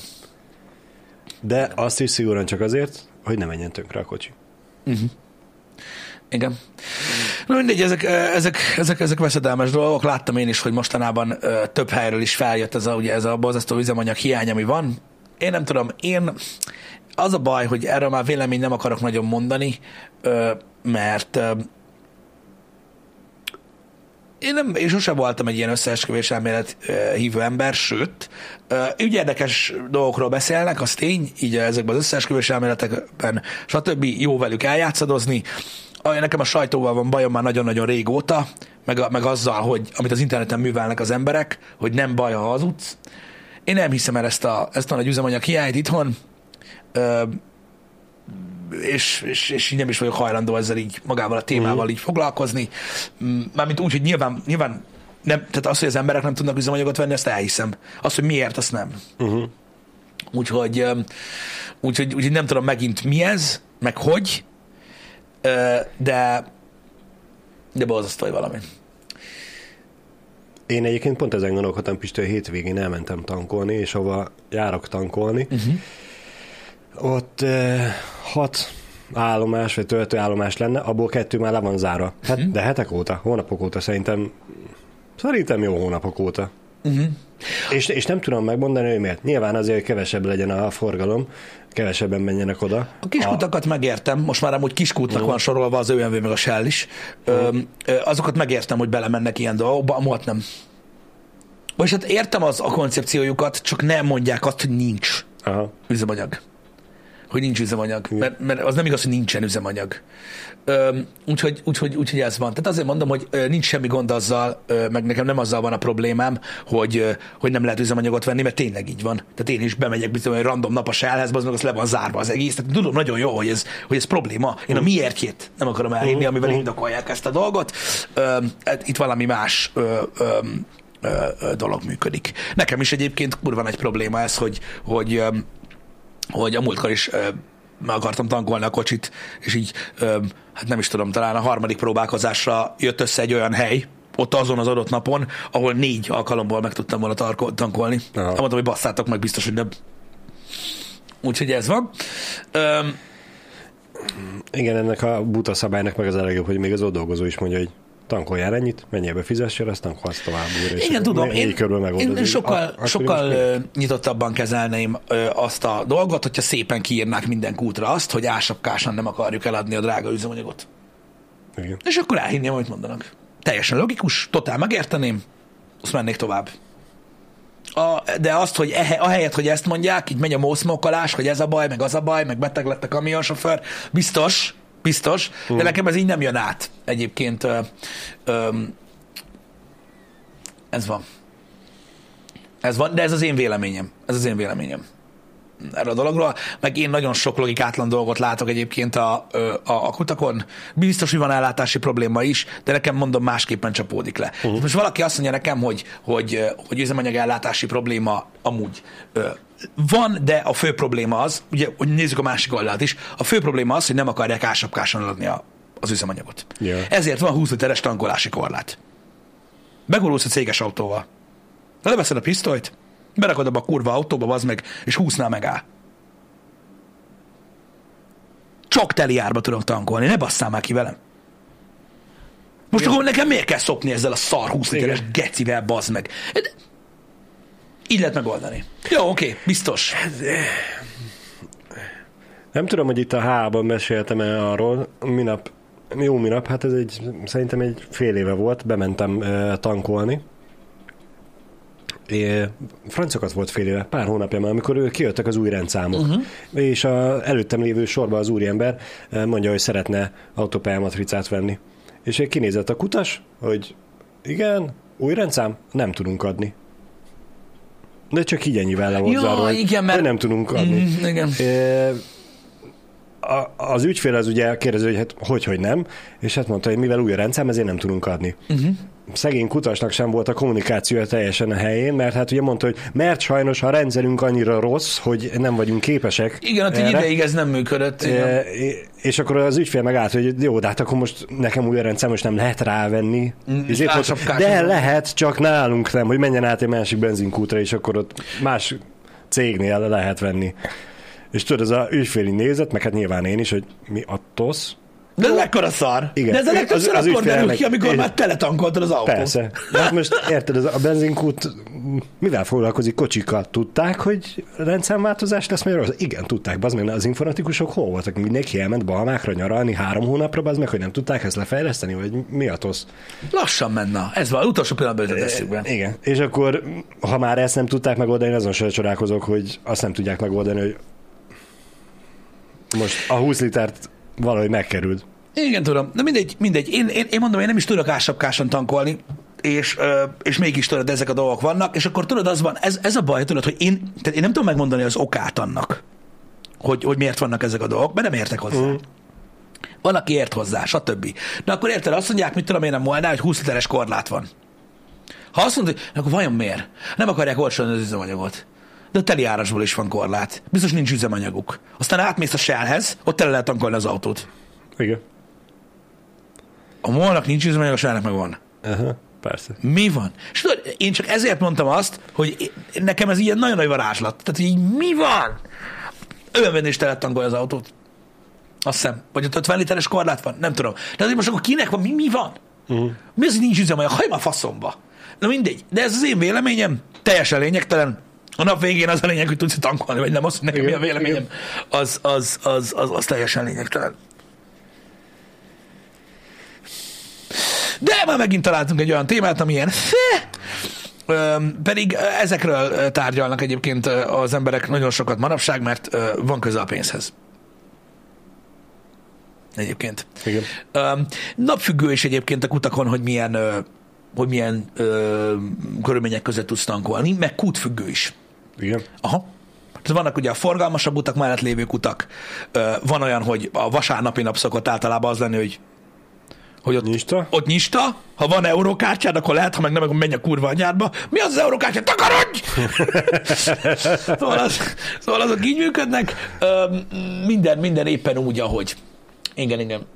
De azt is szigorúan csak azért, hogy ne menjen tönkre a kocsi. Igen. Na mindegy, ezek, ezek, ezek, ezek veszedelmes dolgok. Láttam én is, hogy mostanában ö, több helyről is feljött ez a, ugye ez a borzasztó üzemanyag hiány, ami van. Én nem tudom, én az a baj, hogy erről már vélemény nem akarok nagyon mondani, ö, mert ö, én, nem, én sosem voltam egy ilyen összeesküvés elmélet ö, hívő ember, sőt, ö, úgy érdekes dolgokról beszélnek, az tény, így ezekben az összeesküvés elméletekben, stb. Jó velük eljátszadozni. Ah, nekem a sajtóval van bajom már nagyon-nagyon régóta, meg, a, meg azzal, hogy amit az interneten művelnek az emberek, hogy nem baj, ha hazudsz. Én nem hiszem el ezt a, ezt a nagy üzemanyag hiányt itthon, ö, és, és, és így nem is vagyok hajlandó ezzel így magával a témával uh-huh. így foglalkozni. Mármint úgy, hogy nyilván, nyilván nem, tehát az, hogy az emberek nem tudnak üzemanyagot venni, azt elhiszem. Az, hogy miért, azt nem. Uh-huh. Úgyhogy, úgyhogy, úgyhogy nem tudom megint mi ez, meg hogy, de de borzasztó, hogy valami. Én egyébként pont ezen gondolkodtam, Pisti, a hétvégén elmentem tankolni, és ahova járok tankolni, uh-huh. Ott eh, hat állomás, vagy töltőállomás lenne, abból kettő már le van zárva. Hát, uh-huh. De hetek óta, hónapok óta szerintem, szerintem jó hónapok óta. Uh-huh. És, és nem tudom megmondani, hogy miért. Nyilván azért, hogy kevesebb legyen a forgalom, kevesebben menjenek oda. A kiskutakat a... megértem, most már amúgy kiskútnak uh-huh. van sorolva az ö em vé meg a Shell is. Uh-huh. Ö, azokat megértem, hogy belemennek ilyen dolgokba, amúgy nem. Vagyis hát értem az a koncepciójukat, csak nem mondják azt, hogy nincs Aha. üzemanyag. Hogy nincs üzemanyag. Mert, mert az nem igaz, hogy nincsen üzemanyag. Üm, úgyhogy, úgyhogy, úgyhogy ez van. Tehát azért mondom, hogy nincs semmi gond azzal, meg nekem nem azzal van a problémám, hogy, hogy nem lehet üzemanyagot venni, mert tényleg így van. Tehát én is bemegyek bizony, hogy random nap a Shellhez, az meg az le van zárva az egész. Tehát tudom nagyon jó, hogy ez, hogy ez probléma. Én a miértjét nem akarom elhinni, amivel indokolják ezt a dolgot. Üm, itt valami más üm, dolog működik. Nekem is egyébként kurva nagy probléma ez, hogy, hogy, hogy a múltkor is meg akartam tankolni a kocsit, és így, hát nem is tudom, talán a harmadik próbálkozásra jött össze egy olyan hely, ott azon az adott napon, ahol négy alkalomból meg tudtam volna tankolni. Aha. Mondtam, hogy basszátok meg, biztos, hogy nem. Úgyhogy ez van. Üm, Igen, ennek a buta szabálynak meg az a legjobb, hogy még az ott dolgozó is mondja, hogy tankoljál ennyit, menjél be, fizessél, aztán tankolsz tovább újra. Igen, tudom, én, én, én sokkal, a, sokkal nyitottabban kezelném azt a dolgot, hogyha szépen kiírnák minden kútra azt, hogy ásapkásan nem akarjuk eladni a drága üzemanyagot. Igen. És akkor elhinném, amit mondanak. Teljesen logikus, totál megérteném, azt mennék tovább. A, de azt, hogy ehe, ahelyett, hogy ezt mondják, így megy a mószmokolás, hogy ez a baj, meg az a baj, meg beteg lett a kamionsofőr, biztos, Biztos, de nekem ez így nem jön át. Egyébként ö, ö, ez van. Ez van, de ez az én véleményem. Ez az én véleményem. Erről a dologról. Meg én nagyon sok logikátlan dolgot látok egyébként a, a, a kutakon. Biztos, hogy van ellátási probléma is, de nekem mondom, másképpen csapódik le. Uh-huh. Most valaki azt mondja nekem, hogy, hogy, hogy üzemanyag ellátási probléma amúgy ö, van, de a fő probléma az, ugye, hogy nézzük a másik oldalt is, a fő probléma az, hogy nem akarják ásapkáson adni a, az üzemanyagot. Yeah. Ezért van húsz literes tankolási korlát. Begurulsz a céges autóval. Leveszed a pisztolyt, berakod abba a kurva autóba, bazd meg, és húsznál megáll. Csak teli árba tudok tankolni, ne basszál már ki velem. Most akkor nekem miért kell szopni ezzel a szar húsz literes gecivel, bazd meg? Így lehet megoldani. Jó, oké, okay, biztos. Nem tudom, hogy itt a H-ban meséltem el arról, minap, jó minap, hát ez egy, szerintem egy fél éve volt, bementem uh, tankolni. É, francokat volt fél éve, pár hónapja már, amikor kijöttek az új rendszámok. Uh-huh. És a előttem lévő sorban az úriember mondja, hogy szeretne autópályamatricát venni. És kinézett a kutas, hogy igen, új rendszám, nem tudunk adni. De csak így ennyivel le volt zárva, hogy, igen, mert... hogy nem tudunk adni. Mm, igen. É, a, az ügyfél az ugye kérdező, hogy hát hogy, hogy nem, és hát mondta, hogy mivel új a rendszám, ezért nem tudunk adni. Uh-huh. Szegény kutasnak sem volt a kommunikációja teljesen a helyén, mert hát ugye mondta, hogy mert sajnos a rendszerünk annyira rossz, hogy nem vagyunk képesek. Igen, hát egy ideig ez nem működött. E, és akkor az ügyfél megállt, hogy jó, de hát akkor most nekem új a rendszám, most nem lehet rávenni. Mm, mondta, de lehet, csak nálunk nem, hogy menjen át egy másik benzinkútra, és akkor ott más cégnél lehet venni. És tudod, ez az ügyféli nézet, meg hát nyilván én is, hogy mi a tosz. De ez mekkora szar. Igen. De ez a legtöbbször akkor derül ki, amikor én... már teletankoltad az autót. Persze. De hát most érted, a benzinkút mivel foglalkozik? Kocsikkal tudták, hogy rendszámváltozás lesz Magyarországon? Igen, tudták. Bazd meg, az informatikusok hol voltak? Mindenki elment Balmákra nyaralni három hónapra, bazd meg, hogy nem tudták ezt lefejleszteni? Vagy mi a tosz? Lassan menne. Ez van, utolsó pillanatban jutott eszükbe. Igen. És akkor, ha már ezt nem tudták megoldani, azon sem csodálkozok, hogy azt nem tudják megoldani, hogy most a húsz litert valahogy megkerült. Igen, tudom. De mindegy, mindegy. Én, én, én mondom, én nem is tudok ásapkáson tankolni, és, és mégis tudod, ezek a dolgok vannak, és akkor tudod, az van, ez, ez a baj, tudod, hogy én, tehát én nem tudom megmondani az okát annak, hogy, hogy miért vannak ezek a dolgok, mert nem értek hozzá. Mm. Van, aki ért hozzá, stb. De akkor érted, azt mondják, mit tudom én a Molnál, hogy húsz literes korlát van. Ha azt mondod, hogy akkor vajon miért? Nem akarják olcsón az üzemanyagot. De a teliárasból is van korlát. Biztos nincs üzemanyaguk. Aztán átmész a Shellhez, ott tele lehet tankolni az autót. Igen. A Molnak nincs üzemanyag, a Shellnek meg van. Aha, persze. Mi van? És tudod, én csak ezért mondtam azt, hogy nekem ez ilyen nagyon nagy varázslat. Tehát így mi van? Övenben is tele tankolja az autót. Azt hiszem. Vagy ott ötven literes korlát van? Nem tudom. De azért most akkor kinek van? Mi, mi van? Uh-huh. Mi az, hogy nincs üzemanyag? Hajj már faszomba. Na mindegy. De ez az én véleményem. Teljesen lényegtelen. A nap végén az a lényeg, hogy tudsz tankolni, vagy nem. Az, hogy nekem mi a véleményem, az, az, az, az, az teljesen lényegtelen. De már megint találtunk egy olyan témát, ami ilyen... Öm, pedig ezekről tárgyalnak egyébként az emberek nagyon sokat manapság, mert van köze a pénzhez. Egyébként. Igen. Öm, napfüggő is egyébként a kutakon, hogy milyen, ö, hogy milyen ö, körülmények között tudsz tankolni, meg kútfüggő is. Igen. Aha. Tehát vannak ugye a forgalmasabb utak mellett lévő kutak. Ö, van olyan, hogy a vasárnapi nap szokott általában az lenni, hogy hogy ott nyista? ott nyista, ha van eurókártyád, akkor lehet, ha meg nem, akkor menj a kurva anyádba. Mi az az eurókártya? Takarodj! szóval, az, szóval azok így működnek. Ö, minden, minden éppen úgy, ahogy. Igen, igen.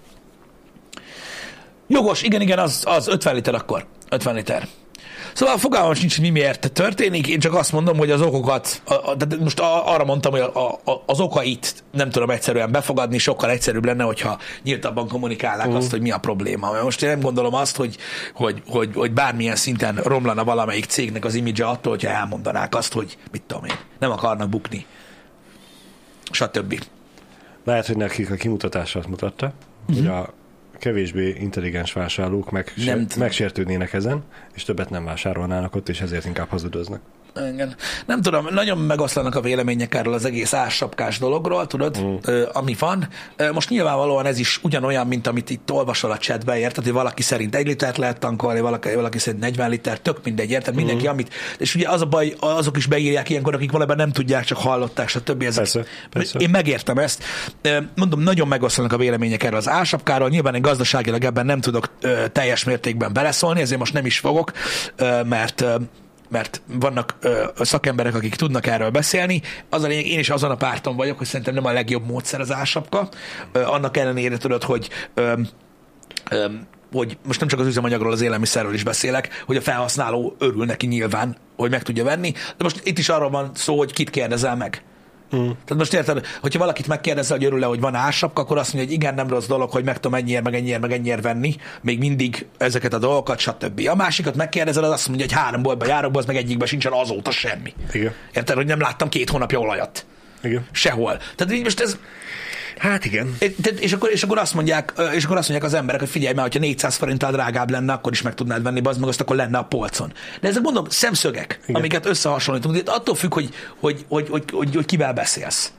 Jogos, igen, igen, az, az ötven liter akkor. ötven liter. Szóval fogalmam sincs, hogy mi miért történik, én csak azt mondom, hogy az okokat, a, a, de most a, arra mondtam, hogy a, a, az okait nem tudom egyszerűen befogadni, sokkal egyszerűbb lenne, hogyha nyíltabban kommunikálnák uh. azt, hogy mi a probléma. Mert most én nem gondolom azt, hogy, hogy, hogy, hogy bármilyen szinten romlana valamelyik cégnek az imidzse attól, hogyha elmondanák azt, hogy mit tudom én, nem akarnak bukni. Stb. Lehet, hogy nekik a kimutatás azt mutatta, uh-huh. hogy a kevésbé intelligens vásárlók meg, megsértődnének ezen, és többet nem vásárolnának ott, és ezért inkább hazudoznak. Igen. Nem tudom, nagyon megoszlanak a vélemények erről az egész ássapkás dologról, tudod, mm. ö, ami van. Most nyilvánvalóan ez is ugyanolyan, mint amit itt olvasol a chatbe, érted, hogy valaki szerint egy litert lehet tankolni, valaki, valaki szerint negyven liter, tök mindegy, érted, mindenki, mm. amit. És ugye az a baj, azok is beírják ilyenkor, akik valójában nem tudják, csak hallották, stb. Ezek. Persze, persze. Én megértem ezt. Mondom, nagyon megoszlanak a vélemények erről az ássapkáról. Nyilván én gazdaságilag ebben nem tudok ö, teljes mértékben beleszólni, ezért most nem is fogok, ö, mert ö, mert vannak ö, szakemberek, akik tudnak erről beszélni. Az a lényeg, én is azon a párton vagyok, hogy szerintem nem a legjobb módszer az ássapka. Ö, annak ellenére tudod, hogy ö, ö, hogy most nem csak az üzemanyagról, az élelmiszerről is beszélek, hogy a felhasználó örül neki nyilván, hogy meg tudja venni. De most itt is arról van szó, hogy kit kérdezel meg. Mm. Tehát most érted, hogyha valakit megkérdezel, hogy örül-e, hogy van ássapka, akkor azt mondja, hogy igen, nem rossz dolog, hogy meg tudom ennyiért, meg ennyiért, meg ennyiért venni, még mindig ezeket a dolgokat, stb. A másikat megkérdezel, az azt mondja, hogy három boltba járok, az meg egyikben sincsen azóta semmi. Igen. Érted, hogy nem láttam két hónapja olajat. Igen. Sehol. Tehát így most ez... Hát igen. És akkor, és, akkor azt mondják, és akkor azt mondják az emberek, hogy figyelj már, hogyha négyszáz forinttal drágább lenne, akkor is meg tudnád venni, bazd meg, azt akkor lenne a polcon. De ezek mondom, szemszögek, igen. amiket összehasonlítunk. De attól függ, hogy, hogy, hogy, hogy, hogy, hogy kivel beszélsz.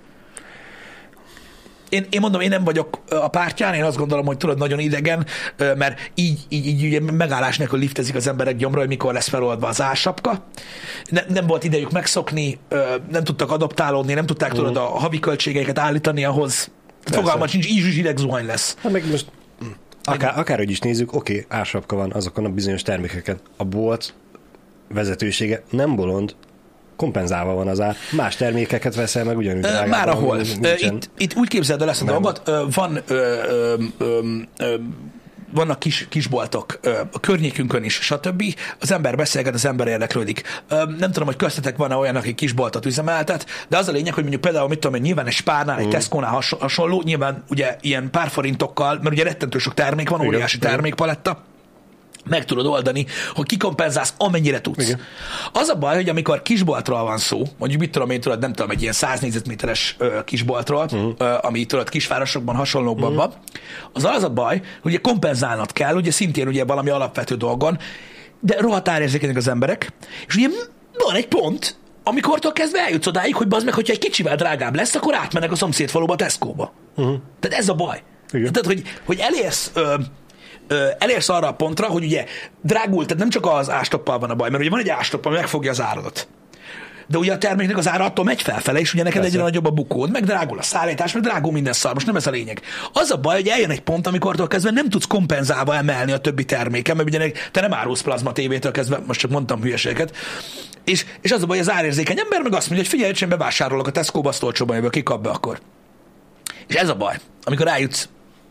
Én, én mondom, én nem vagyok a pártján, én azt gondolom, hogy tudod, nagyon idegen, mert így, így, így ugye megállás nélkül liftezik az emberek gyomra, hogy mikor lesz feloldva az ássapka. Ne, nem volt idejük megszokni, nem tudtak adaptálódni, nem tudták tudod a havi költségeiket állítani ahhoz. Fogalmat sincs, így is hideg zuhany lesz. Hát meg most akár, akárhogy is nézzük, oké, okay, ársapka van azokon a bizonyos termékeken. A bolt vezetősége nem bolond, kompenzálva van az ár. Más termékeket veszel meg ugyanúgy drágában. Már ahol. Itt, itt úgy képzeld el ezt a dolgot, van ö, ö, ö, ö, vannak kis, kisboltok a környékünkön is, stb. Az ember beszélget, az ember érdeklődik. Nem tudom, hogy köztetek van-e olyan, aki kisboltot üzemeltet, de az a lényeg, hogy mondjuk például, mit tudom én, nyilván egy Spárnál, egy mm. Tesco-nál hasonló, nyilván ugye ilyen pár forintokkal, mert ugye rettentő sok termék van, óriási igen, termékpaletta, meg tudod oldani, hogy kikompenzálsz, amennyire tudsz. Igen. Az a baj, hogy amikor kisboltról van szó, mondjuk mit tudom én, tudod, nem tudom, egy ilyen száz négyzetméteres ö, kisboltról, uh-huh. ö, ami tudod kisvárosokban, hasonlókban uh-huh. van, az az a baj, hogy ugye kompenzálnod kell, ugye szintén ugye valami alapvető dolgon, de rohadt árérzékenyek az emberek, és ugye van egy pont, amikortól kezdve eljutsz odáig, hogy bazd meg, hogyha egy kicsivel drágább lesz, akkor átmennek a szomszédfaluba, Tesco-ba. Uh-huh. Tehát ez a baj. Igen. Tehát, hogy, hogy elérsz... Ö, elérsz arra a pontra, hogy ugye drágul, tehát nem csak az ástoppal van a baj, mert ugye van egy ástopp, ami megfogja az áradat. De ugye a terméknek az ára attól megy felfele, és ugye neked egyre nagyobb a bukód, meg drágul a szállítás, meg drágul minden szar. Most nem ez a lényeg. Az a baj, hogy eljön egy pont, amikortól kezdve nem tudsz kompenzálva emelni a többi terméken, mert ugye te nem árulsz plazma tévétől kezdve, most csak mondtam hülyeséget. És, és az a baj, az árérzékeny ember meg azt mondja, hogy figyelj, én bevásárolok a Tesco-ba, azt olcsóban jövök, ki kap be akkor. És ez a baj, amikor rájutsz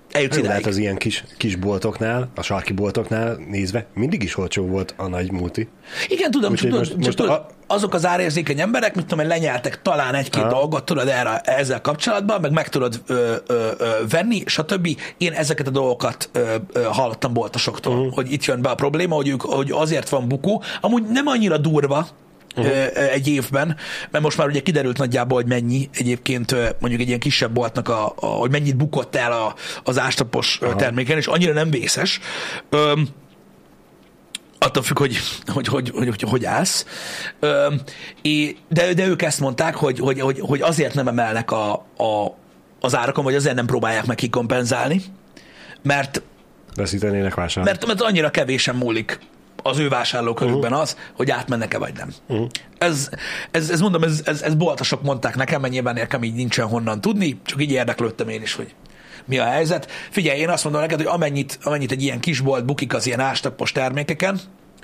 Eljutsz lehet idáig. az ilyen kis, kis boltoknál, a sarki boltoknál nézve, mindig is olcsó volt a nagy multi. Igen, tudom, Úgyhogy tudod, most- csak most tudod, a- azok az árérzékeny emberek, mit tudom, hogy lenyeltek talán egy-két Aha. dolgot, tudod, erre, ezzel kapcsolatban, meg meg tudod ö, ö, ö, venni, stb. Én ezeket a dolgokat ö, ö, hallottam boltosoktól, uh-huh. hogy itt jön be a probléma, hogy, ők, hogy azért van bukó. Amúgy nem annyira durva, Uh-huh. egy évben, mert most már ugye kiderült nagyjából, hogy mennyi egyébként mondjuk egy ilyen kisebb boltnak, a, a, hogy mennyit bukott el a, az ástapos Aha. terméken, és annyira nem vészes. Öm, attól függ, hogy hogy, hogy, hogy, hogy, hogy állsz. Öm, é, de, de ők ezt mondták, hogy, hogy, hogy, hogy azért nem emelnek a, a, az árakon, vagy azért nem próbálják meg kikompenzálni, mert, Veszítenének vásárlók. mert, mert annyira kevésen múlik az ő vásárlókörükben uh-huh. az, hogy átmennek-e vagy nem. Uh-huh. Ez, ez, ez mondom, ez, ez, ez boltosok mondták nekem, mennyiben nekem így nincsen honnan tudni, csak így érdeklődtem én is, hogy mi a helyzet. Figyelj, én azt mondom neked, hogy amennyit, amennyit egy ilyen kisbolt bukik az ilyen ástapos termékeken,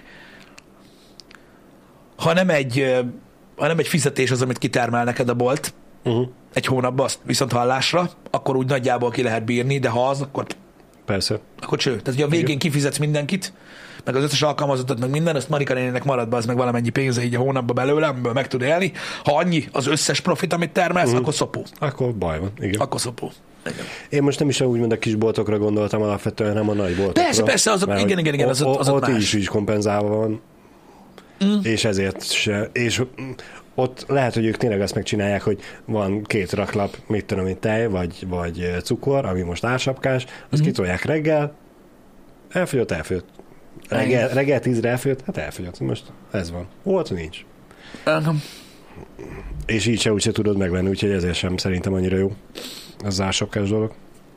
ha nem egy, ha nem egy fizetés az, amit kitermel neked a bolt uh-huh. egy hónapban, azt viszont hallásra, akkor úgy nagyjából ki lehet bírni, de ha az, akkor Persze. akkor cső. Tehát, hogy a végén kifizetsz mindenkit, meg az összes alkalmazottat, meg minden, azt Marika nénének marad be az meg valamennyi pénze így a hónapba belőle, amiből meg tud élni. Ha annyi az összes profit, amit termelsz, uh-huh. akkor szopó. Akkor baj van, igen. Akkor szopó. Igen. Én most nem is úgymond a kis boltokra gondoltam alapvetően, hanem a nagy boltokra. Persze, persze, azok, Mert igen, igen, igen, az, az, az ott más. is is kompenzálva van, mm. és ezért se, és ott lehet, hogy ők tényleg azt megcsinálják, hogy van két raklap, mit tudom én, tej, vagy, vagy cukor, ami most ársapkás, azt mm. kitolják reggel, elfogyott, elfogyott. Reggel, reggel tízre elfogyott, hát elfogyott. Most ez van. Volt, nincs. Uh-huh. És így se úgy se tudod megvenni, úgyhogy ezért sem szerintem annyira jó az ársapkás dolog.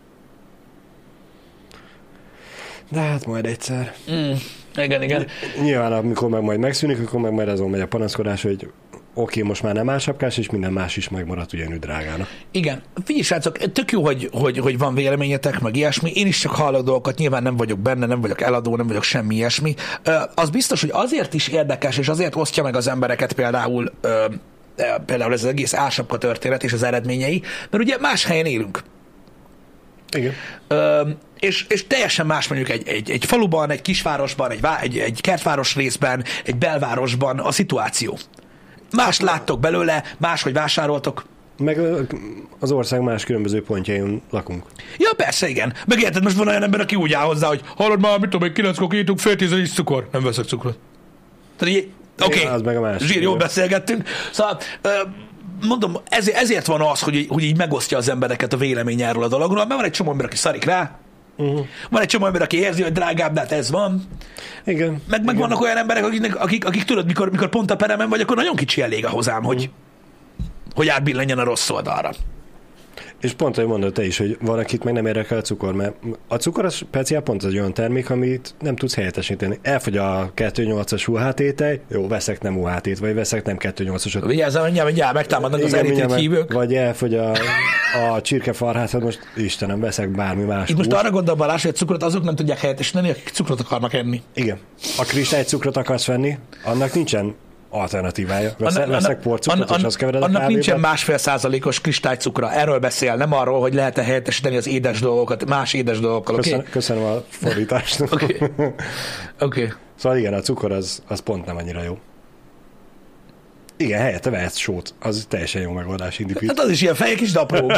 De hát majd egyszer. Mm. Igen, igen. Nyilván, amikor meg majd megszűnik, akkor meg majd azon megy a panaszkodás, hogy oké, okay, most már nem ársapkás, és minden más is megmaradt ugyanúgy drágának. Igen. Figyelj, srácok, tök jó, hogy, hogy, hogy van véleményetek, meg ilyesmi. Én is csak hallok dolgokat, nyilván nem vagyok benne, nem vagyok eladó, nem vagyok semmi ilyesmi. Az biztos, hogy azért is érdekes, és azért osztja meg az embereket például, például ez az egész ársapka történet és az eredményei, mert ugye más helyen élünk. Igen. Ö, és, és teljesen más mondjuk egy, egy, egy faluban, egy kisvárosban, egy, egy, egy kertváros részben, egy belvárosban a szituáció. Mást láttok belőle, máshogy vásároltok. Meg az ország más különböző pontjain lakunk. Ja, persze, igen. Meg érted, most van olyan ember, aki úgy áll hozzá, hogy hallod már, mit tudom, egy kilenckor kiítunk, fél tízen is cukor. Nem veszek cukrot. Tehát így, oké, okay, zsír, jól beszélgettünk. Szóval, ö, mondom, ezért, ezért van az, hogy, hogy így megosztja az embereket a vélemény erről a dologról, mert van egy csomó ember, aki szarik rá, uh-huh. van egy csomó ember, aki érzi, hogy drágább, de hát ez van. Igen. Meg, meg igen. vannak olyan emberek, akik, akik, akik tudod, mikor, mikor pont a peremen vagy, akkor nagyon kicsi elég a hozzám, uh-huh. hogy, hogy átbillenjen a rossz oldalra. És pont, hogy mondod te is, hogy van, akit meg nem érdekel a cukor, mert a cukor az speciál pont egy olyan termék, amit nem tudsz helyettesíteni. Elfogy a kettő nyolcas u há té-tej, jó, veszek nem u há té-t, vagy veszek nem kettő nyolcasot. Vigyázzál, mindjárt, mindjárt megtámadnak az elített hívők. Vagy elfogy a, a csirkefarhát, hát most Istenem, veszek bármi más. Itt most arra gondol Balázs, hogy a cukrot azok nem tudják helyettesíteni, akik cukrot akarnak enni. Igen. A kristálycukrot akarsz venni, annak nincsen alternatívája. Veszek, annak, veszek porcukrot, annak, és azt kevered a annak kávéba. nincsen másfél százalékos kristálycukra. Erről beszél, nem arról, hogy lehet-e helyettesíteni az édes dolgokat, más édes dolgokkal. Köszön, Okay? Köszönöm a fordítást. Oké. Okay. Okay. Szóval igen, a cukor az, az pont nem annyira jó. Igen, helyette vehetsz sót. Az teljesen jó megoldás, indipít. Hát az is ilyen fejek is, de apró.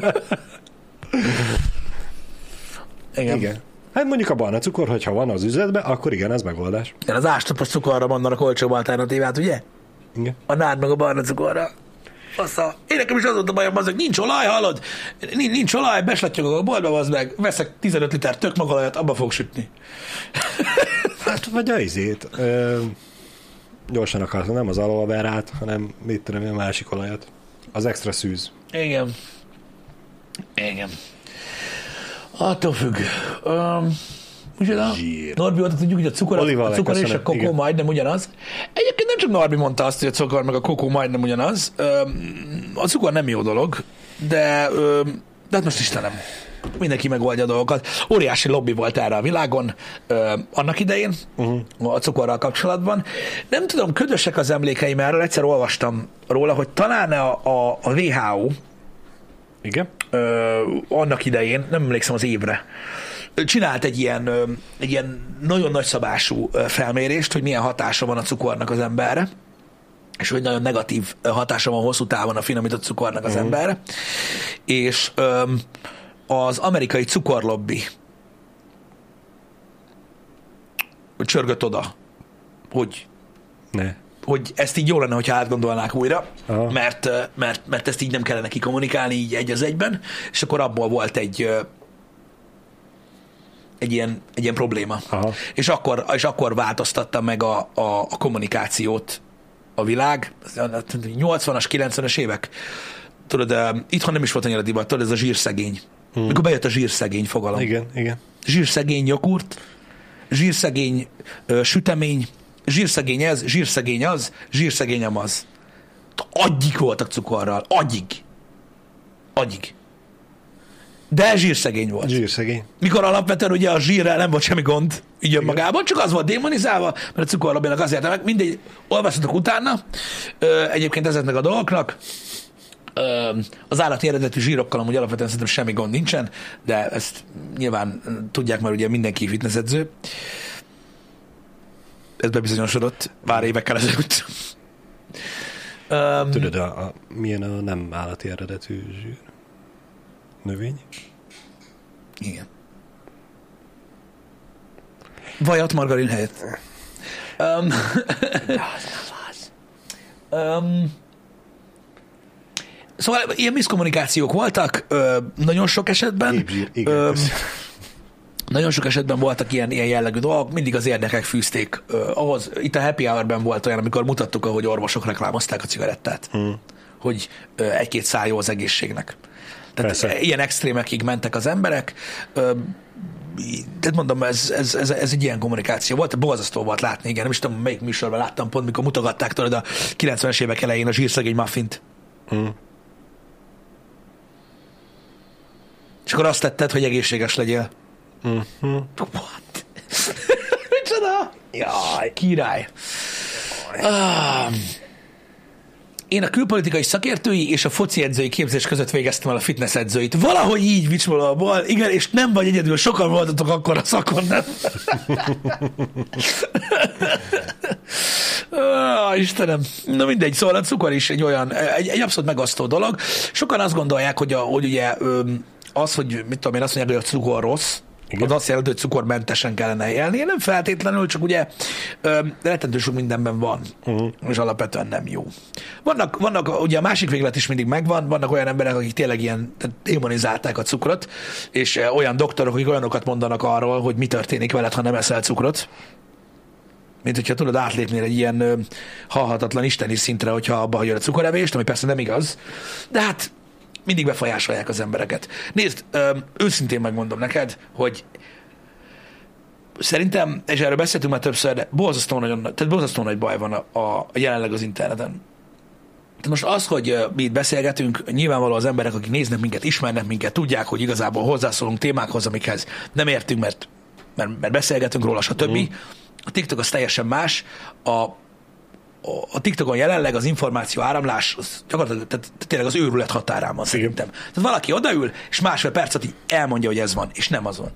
Igen. Igen. Hát mondjuk a barna cukor, hogyha van az üzletben, akkor igen, ez megoldás. Igen, az ástapos cukorra mondanak olcsóbb alternatívát, ugye? Igen. A nád meg a barna cukorra. Assza. Én nekem is az volt a bajom, az, hogy nincs olaj, hallod? Nincs, nincs olaj, beslattyogok a boltba, az meg, veszek tizenöt liter tök magalajat, abba fog sütni. Hát vagy a izét. Ö, gyorsan akartam, nem az aloe verát, hanem mit tudom, a másik olajat. Az extra szűz. Igen. Igen. Attól függ. Um, Micsoda? Norbi volt, tudjuk, hogy a cukor, a cukor és a kokó igen. majdnem ugyanaz. Egyébként nem csak Norbi mondta azt, hogy a cukor meg a kokó majdnem ugyanaz. A cukor nem jó dolog, de, de hát most Istenem, mindenki megoldja a dolgokat. Óriási lobby volt erre a világon annak idején, uh-huh. a cukorral kapcsolatban. Nem tudom, ködösek az emlékeim erről, egyszer olvastam róla, hogy talán a, a, a dupla vé há ó Igen? Ö, annak idején, nem emlékszem az évre, csinált egy ilyen, ö, egy ilyen nagyon nagyszabású ö, felmérést, hogy milyen hatása van a cukornak az emberre, és hogy nagyon negatív hatása van hosszú távon a finomított cukornak az uh-huh. emberre. És ö, az amerikai cukorlobbi csörgött oda, hogy, ne. hogy ezt így jó lenne, hogyha átgondolnák újra, Aha. mert, mert, mert ezt így nem kellene kikommunikálni így egy az egyben, és akkor abból volt egy egy ilyen, egy ilyen probléma. Aha. És akkor, és akkor változtatta meg a, a, a kommunikációt a világ, nyolcvanas, kilencvenes évek. Tudod, itthon nem is volt annyira divat, tudod, ez a zsírszegény. Hmm. Mikor bejött a zsírszegény fogalom. Igen, igen. Zsírszegény jogurt, zsírszegény ö, sütemény, zsírszegény ez, zsírszegény az, zsírszegény amaz. Agyig voltak cukorral, agyig. Agyig. De zsírszegény volt. Zsírszegény. Mikor alapvetően ugye a zsírrel nem volt semmi gond, így önmagában, csak az volt démonizálva, mert a cukorlobbinak azért, meg mindegy, olvassatok utána, ö, egyébként ezeknek a dolgoknak, ö, az állati eredetű zsírokkal amúgy alapvetően szerintem semmi gond nincsen, de ezt nyilván tudják, mert ugye mindenki fitnessedző. Ez bebizonyosodott pár évekkel ezelőtt. Um, Tudod, a, a, milyen a nem állati eredetű zsír? Növény? Igen. Vajat margarin helyett. Um, um, szóval ilyen miszkommunikációk voltak, ö, nagyon sok esetben. Gépzsír, igen. Ö, nagyon sok esetben voltak ilyen, ilyen jellegű dolgok, mindig az érdekek fűzték ö, ahhoz. Itt a Happy Hour-ben volt olyan, amikor mutattuk, ahogy orvosok reklámozták a cigarettát. Hmm. Hogy ö, egy-két száj jó az egészségnek. Tehát persze. Ilyen extrémekig mentek az emberek. Ö, tehát mondom, ez, ez, ez, ez egy ilyen kommunikáció volt, borzasztó volt látni, igen, nem is tudom, melyik műsorban láttam pont, mikor mutogatták tőled a kilencvenes évek elején a zsírszegény muffint. Hmm. És akkor azt tetted, hogy egészséges legyél. Mm-hmm. What? Micsoda? Jaj, király. Ah. Én a külpolitikai szakértői és a foci edzői képzés között végeztem el a fitness edzőit. Valahogy így vicsmolóból, igen, és nem vagy egyedül, sokan voltatok akkor a szakon, nem? ah, Istenem. Na mindegy, szóval a cukor is egy olyan, egy, egy abszolút megosztó dolog. Sokan azt gondolják, hogy, a, hogy ugye az, hogy mit tudom én, azt mondják, hogy a cukor rossz, igen. Az azt jelenti, hogy cukormentesen kellene élni. Nem feltétlenül, csak ugye ö, rettentő sok mindenben van, uh-huh. és alapvetően nem jó. Vannak, vannak, ugye a másik véglet is mindig megvan, vannak olyan emberek, akik tényleg ilyen démonizálták a cukrot, és ö, olyan doktorok, akik olyanokat mondanak arról, hogy mi történik veled, ha nem eszel cukrot. Mint hogyha tudod átlépni egy ilyen ö, halhatatlan isteni szintre, hogyha abba hagyod a cukorevést, ami persze nem igaz. De hát mindig befolyásolják az embereket. Nézd, ö, őszintén megmondom neked, hogy szerintem, és erről beszéltünk már többször, de borzasztó, nagyon, tehát borzasztó nagy baj van a, a jelenleg az interneten. Tehát most az, hogy mi itt beszélgetünk, nyilvánvaló az emberek, akik néznek minket, ismernek minket, tudják, hogy igazából hozzászólunk témákhoz, amikhez nem értünk, mert, mert, mert beszélgetünk róla, stb. Mm. A TikTok az teljesen más. A a TikTokon jelenleg az információ áramlás az gyakorlatilag tehát tényleg az őrület határán van szerintem. Tehát valaki odaül, és másfél percet így elmondja, hogy ez van, és nem az van.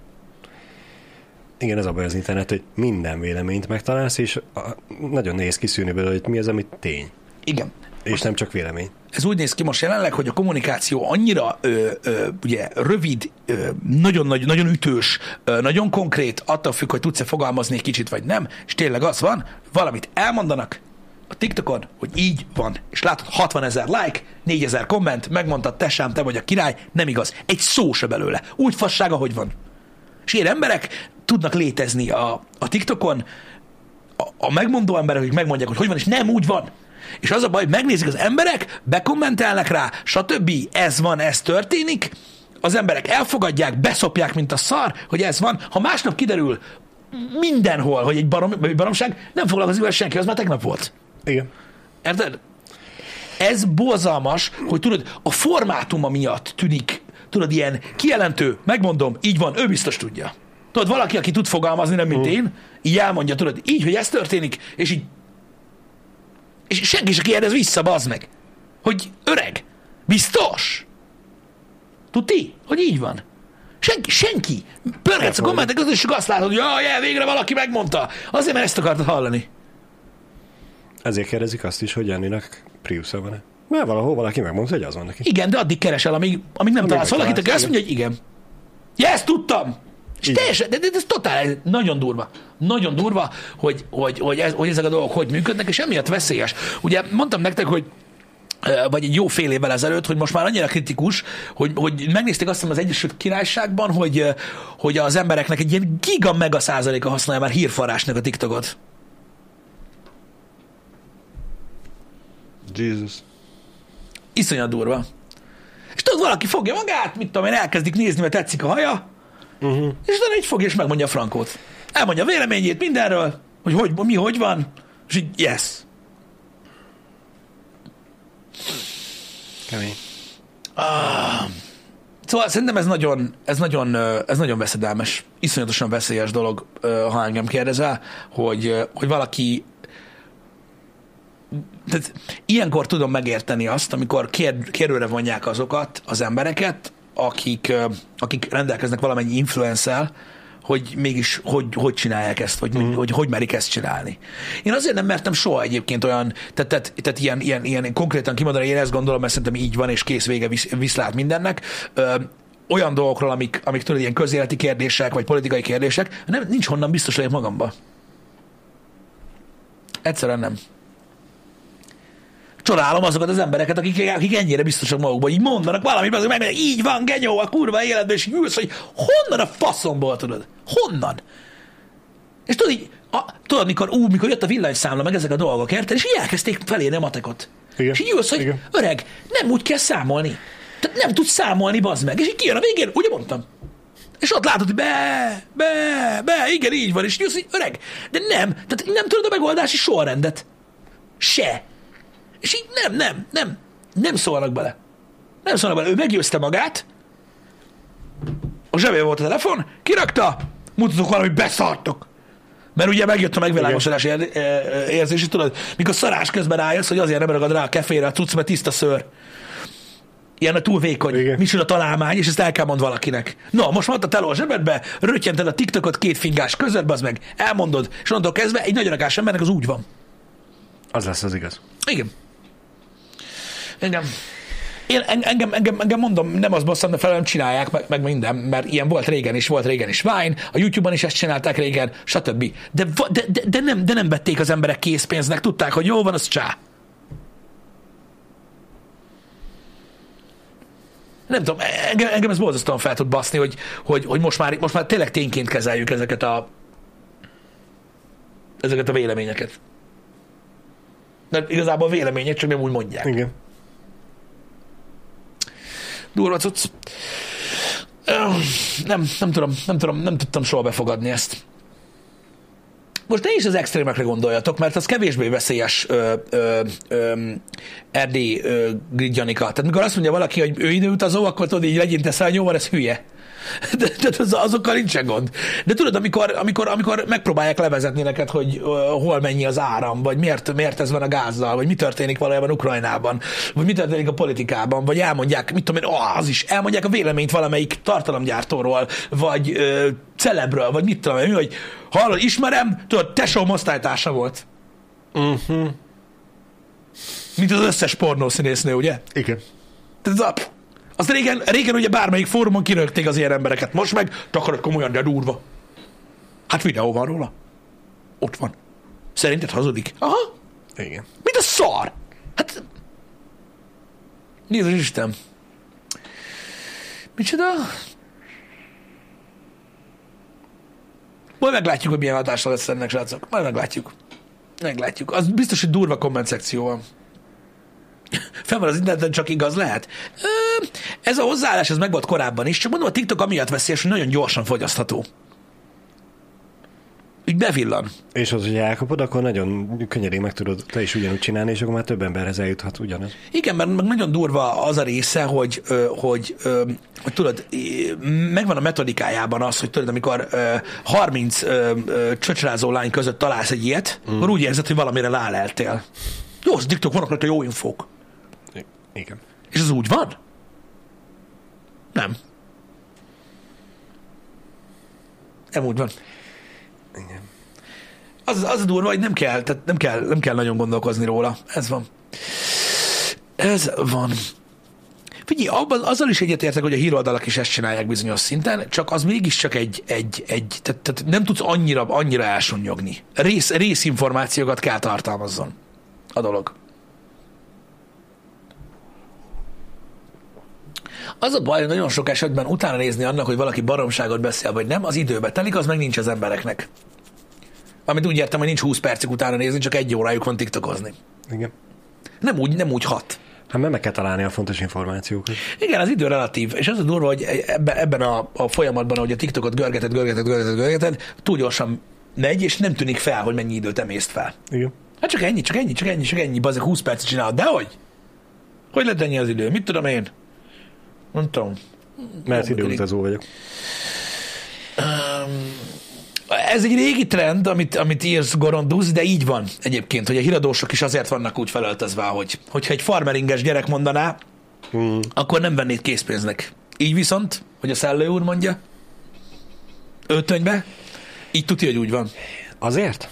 Igen, ez a baj az internet, hogy minden véleményt megtalálsz, és nagyon nehéz kiszűrni belőle, hogy mi az, amit tény. Igen. És most nem csak vélemény. Ez úgy néz ki most jelenleg, hogy a kommunikáció annyira ö, ö, ugye, rövid, ö, nagyon, nagyon, nagyon ütős, ö, nagyon konkrét, attól függ, hogy tudsz-e fogalmazni egy kicsit, vagy nem, és tényleg az van, valamit elmondanak a TikTokon, hogy így van, és látod hatvanezer like, négyezer komment, megmondtad, te sám, te vagy a király, nem igaz. Egy szó se belőle. Úgy fasság, ahogy van. És ilyen emberek tudnak létezni a, a TikTokon, a, a megmondó emberek, akik megmondják, hogy hogy van, és nem úgy van. És az a baj, hogy megnézik az emberek, bekommentelnek rá, stb. Ez van, ez történik, az emberek elfogadják, beszopják, mint a szar, hogy ez van. Ha másnap kiderül mindenhol, hogy egy barom, egy baromság, nem foglalkozik vele senki, az már tegnap volt. Igen. Érted? Ez borzalmas, hogy tudod, a formátuma miatt tűnik, tudod, ilyen kijelentő, megmondom, így van, ő biztos tudja. Tudod, valaki, aki tud fogalmazni, nem mint uh. én, így elmondja, tudod, így, hogy ez történik, és így és senki se kérdez vissza, bazd meg, hogy öreg, biztos? Tudti, hogy így van. Senki, senki. Pörgetsz a kommentek között, és azt látod, hogy jaj, végre valaki megmondta. Azért, mert ezt akartad hallani. Ezért kérdezik azt is, hogy Janninak Priusza van-e. Mert valahol valaki megmondta, hogy az van neki. Igen, de addig keresel, amíg, amíg nem amíg találsz valakit, aki azt igen. mondja, hogy igen. Ja, ezt tudtam! És Igen. teljesen, de, de, de ez totál, nagyon durva. Nagyon durva, hogy, hogy, hogy, ez, hogy ezek a dolgok hogy működnek, és emiatt veszélyes. Ugye mondtam nektek, hogy vagy egy jó fél évvel ezelőtt, hogy most már annyira kritikus, hogy, hogy megnézték azt hiszem az Egyesült Királyságban, hogy, hogy az embereknek egy ilyen giga mega százaléka használja már hírforrásnak a TikTokot. Jesus. Iszonyat durva. És tudod, valaki fogja magát, mit tudom én, elkezdik nézni, mert tetszik a haja, uh-huh. és utána így fogja, és megmondja a frankót. Elmondja a véleményét mindenről, hogy, hogy mi hogy van, és így yes. Kemény. Ah. Szóval szerintem ez nagyon, ez nagyon, ez nagyon veszedelmes, iszonyatosan veszélyes dolog, ha engem kérdezel, hogy, hogy valaki tehát ilyenkor tudom megérteni azt, amikor kér, kérőre vonják azokat az embereket, akik, akik rendelkeznek valamennyi influensszel, hogy mégis hogy, hogy csinálják ezt, vagy mm. hogy, hogy merik ezt csinálni. Én azért nem mertem soha egyébként olyan, tehát, tehát, tehát ilyen, ilyen, ilyen konkrétan kimondani, én ezt gondolom, mert szerintem így van, és kész vége, visz, viszlát mindennek, ö, olyan dolgokról, amik, amik tudod, ilyen közéleti kérdések, vagy politikai kérdések, nem, nincs honnan biztos legyek magamba. Egyszerűen nem. Csodálom azokat az embereket, akik, akik ennyire biztosak magukban, így mondanak valamit, meg meg így van, genyó, a kurva életben, és így ülsz, hogy honnan a faszomból tudod? Honnan? És tudod, így, a, tudod, mikor, ú, mikor jött a villanyszámla, meg ezek a dolgok, érted? És így elkezdték felérni a matekot. Igen. És így ülsz, hogy Igen. öreg, nem úgy kell számolni. Tehát nem tudsz számolni, bazd meg. És így kijön a végén, ugye mondtam. És ott látod, hogy be, be, be, igen, így van, és így ülsz, hogy öreg, de nem, tehát nem tudod a megoldási sorrendet. Se. És így nem, nem, nem, nem szólnak bele. Nem szólnak bele. Ő meggyőzte magát, a zsebében volt a telefon, kirakta, mutatok valami, beszartok. Mert ugye megjött a megvilágosodás ér- érzés, és tudod, mikor szarás közben rájössz, hogy azért nem ragad rá a kefére a cucc, mert tiszta szőr. Ilyen a túl vékony, micsoda találmány, és ezt el kell mond valakinek. No, most mondtad teló a zsebedbe, röttyented a TikTokot két fingás között, az meg elmondod, és onnantól kezdve egy nagyon rakás embernek az úgy van. Az lesz az igaz. Igen. Engem, én, engem, engem, engem mondom, nem az bosszant, de fel nem csinálják, meg, meg minden, mert ilyen volt régen is, volt régen is Vine, a YouTube-on is ezt csinálták régen, stb. De, de, de, de, nem, de nem vették az emberek készpénznek, tudták, hogy jó van, az csá. Nem tudom, engem, engem ez borzasztóan fel tud baszni, hogy, hogy, hogy most, már, most már tényleg tényként kezeljük ezeket a ezeket a véleményeket. De igazából a vélemények csak nem úgy mondják. Igen. Durva cucc. Nem, nem tudom, nem tudom, nem tudtam soha befogadni ezt. Most ne is az extrémekre gondoljatok, mert az kevésbé veszélyes ö, ö, ö, Erdély ö, Janika. Tehát mikor azt mondja valaki, hogy ő időutazó, akkor tudod, így legyintesz el, jó van, ez hülye. De, de az, azokkal nincsen gond. De tudod, amikor, amikor, amikor megpróbálják levezetni neked, hogy uh, hol mennyi az áram, vagy miért, miért ez van a gázzal, vagy mi történik valójában Ukrajnában, vagy mi történik a politikában, vagy elmondják, mit tudom én, oh, az is, elmondják a véleményt valamelyik tartalomgyártóról, vagy uh, celebről, vagy mit tudom én, hogy hallod, ismerem, tudod, tesóm osztálytársa volt. Uh-huh. Mint az összes pornószínésznő, ugye? Igen. Tehát az, azt régen, régen ugye bármelyik fórumon kinőtték az ilyen embereket. Most meg takarod komolyan, de durva. Hát videó van róla. Ott van. Szerinted hazudik? Aha. Igen. Mint a szar. Hát... Jézus Isten. Micsoda? Majd meglátjuk, hogy milyen hatással lesz ennek, srácok. Majd meglátjuk. Meglátjuk. Az biztos, hogy durva komment szekció van. Fel van az interneten, csak igaz lehet. Ö, ez a hozzáállás, ez meg volt korábban is, csak mondom, a TikTok amiatt veszélyes, hogy nagyon gyorsan fogyasztható. Így bevillan. És az, hogy elkapod, akkor nagyon könnyedén meg tudod te is ugyanúgy csinálni, és akkor már több emberhez eljuthat ugyanaz. Igen, mert meg nagyon durva az a része, hogy, hogy, hogy tudod, megvan a metodikájában az, hogy tudod, amikor harminc csöcsrázó lány között találsz egy ilyet, mm. akkor úgy érzed, hogy valamire ráleltél. Jó, az TikTok, vannak rajta jó infók. Igen. És az úgy van? Nem. Nem úgy van. Igen. Az, az a durva, hogy nem kell, tehát nem kell, nem kell nagyon gondolkozni róla. Ez van. Ez van. Figyelj, abban, azzal is egyetértek, hogy a híroldalak is ezt csinálják bizonyos szinten, csak az mégiscsak egy, egy, egy tehát, tehát nem tudsz annyira, annyira elsonnyogni. Rész, részinformációkat kell tartalmazzon a dolog. Az a baj, hogy nagyon sok esetben utána nézni annak, hogy valaki baromságot beszél, vagy nem, az időbe telik, az meg nincs az embereknek. Amit úgy értem, hogy nincs húsz percig utána nézni, csak egy órájuk van tiktokozni. Igen. Nem úgy, nem úgy hat. Hát meg kell találni a fontos információkat. Igen, az idő relatív, és az a durva, hogy ebben, ebben a, a folyamatban, ahogy a TikTokot görgeted, görgeted, görgeted, görgeted, túl gyorsan megy, és nem tűnik fel, hogy mennyi időt emészt fel. Igen. Hát csak ennyi, csak ennyi, csak ennyi, csak ennyi, bazeg húsz percet csinálod, de hogy? Hogy lett ennyi az idő? Mit tudom én? Nem tudom. Mert időutazó vagyok. Um, ez egy régi trend, amit, amit írsz, Gorondusz, de így van egyébként, hogy a híradósok is azért vannak úgy felöltözve, hogy hogyha egy farmeringes gyerek mondaná, hmm. akkor nem vennéd készpénznek. Így viszont, hogy a Szellő úr mondja, öltönybe, így tudja, hogy úgy van. Azért?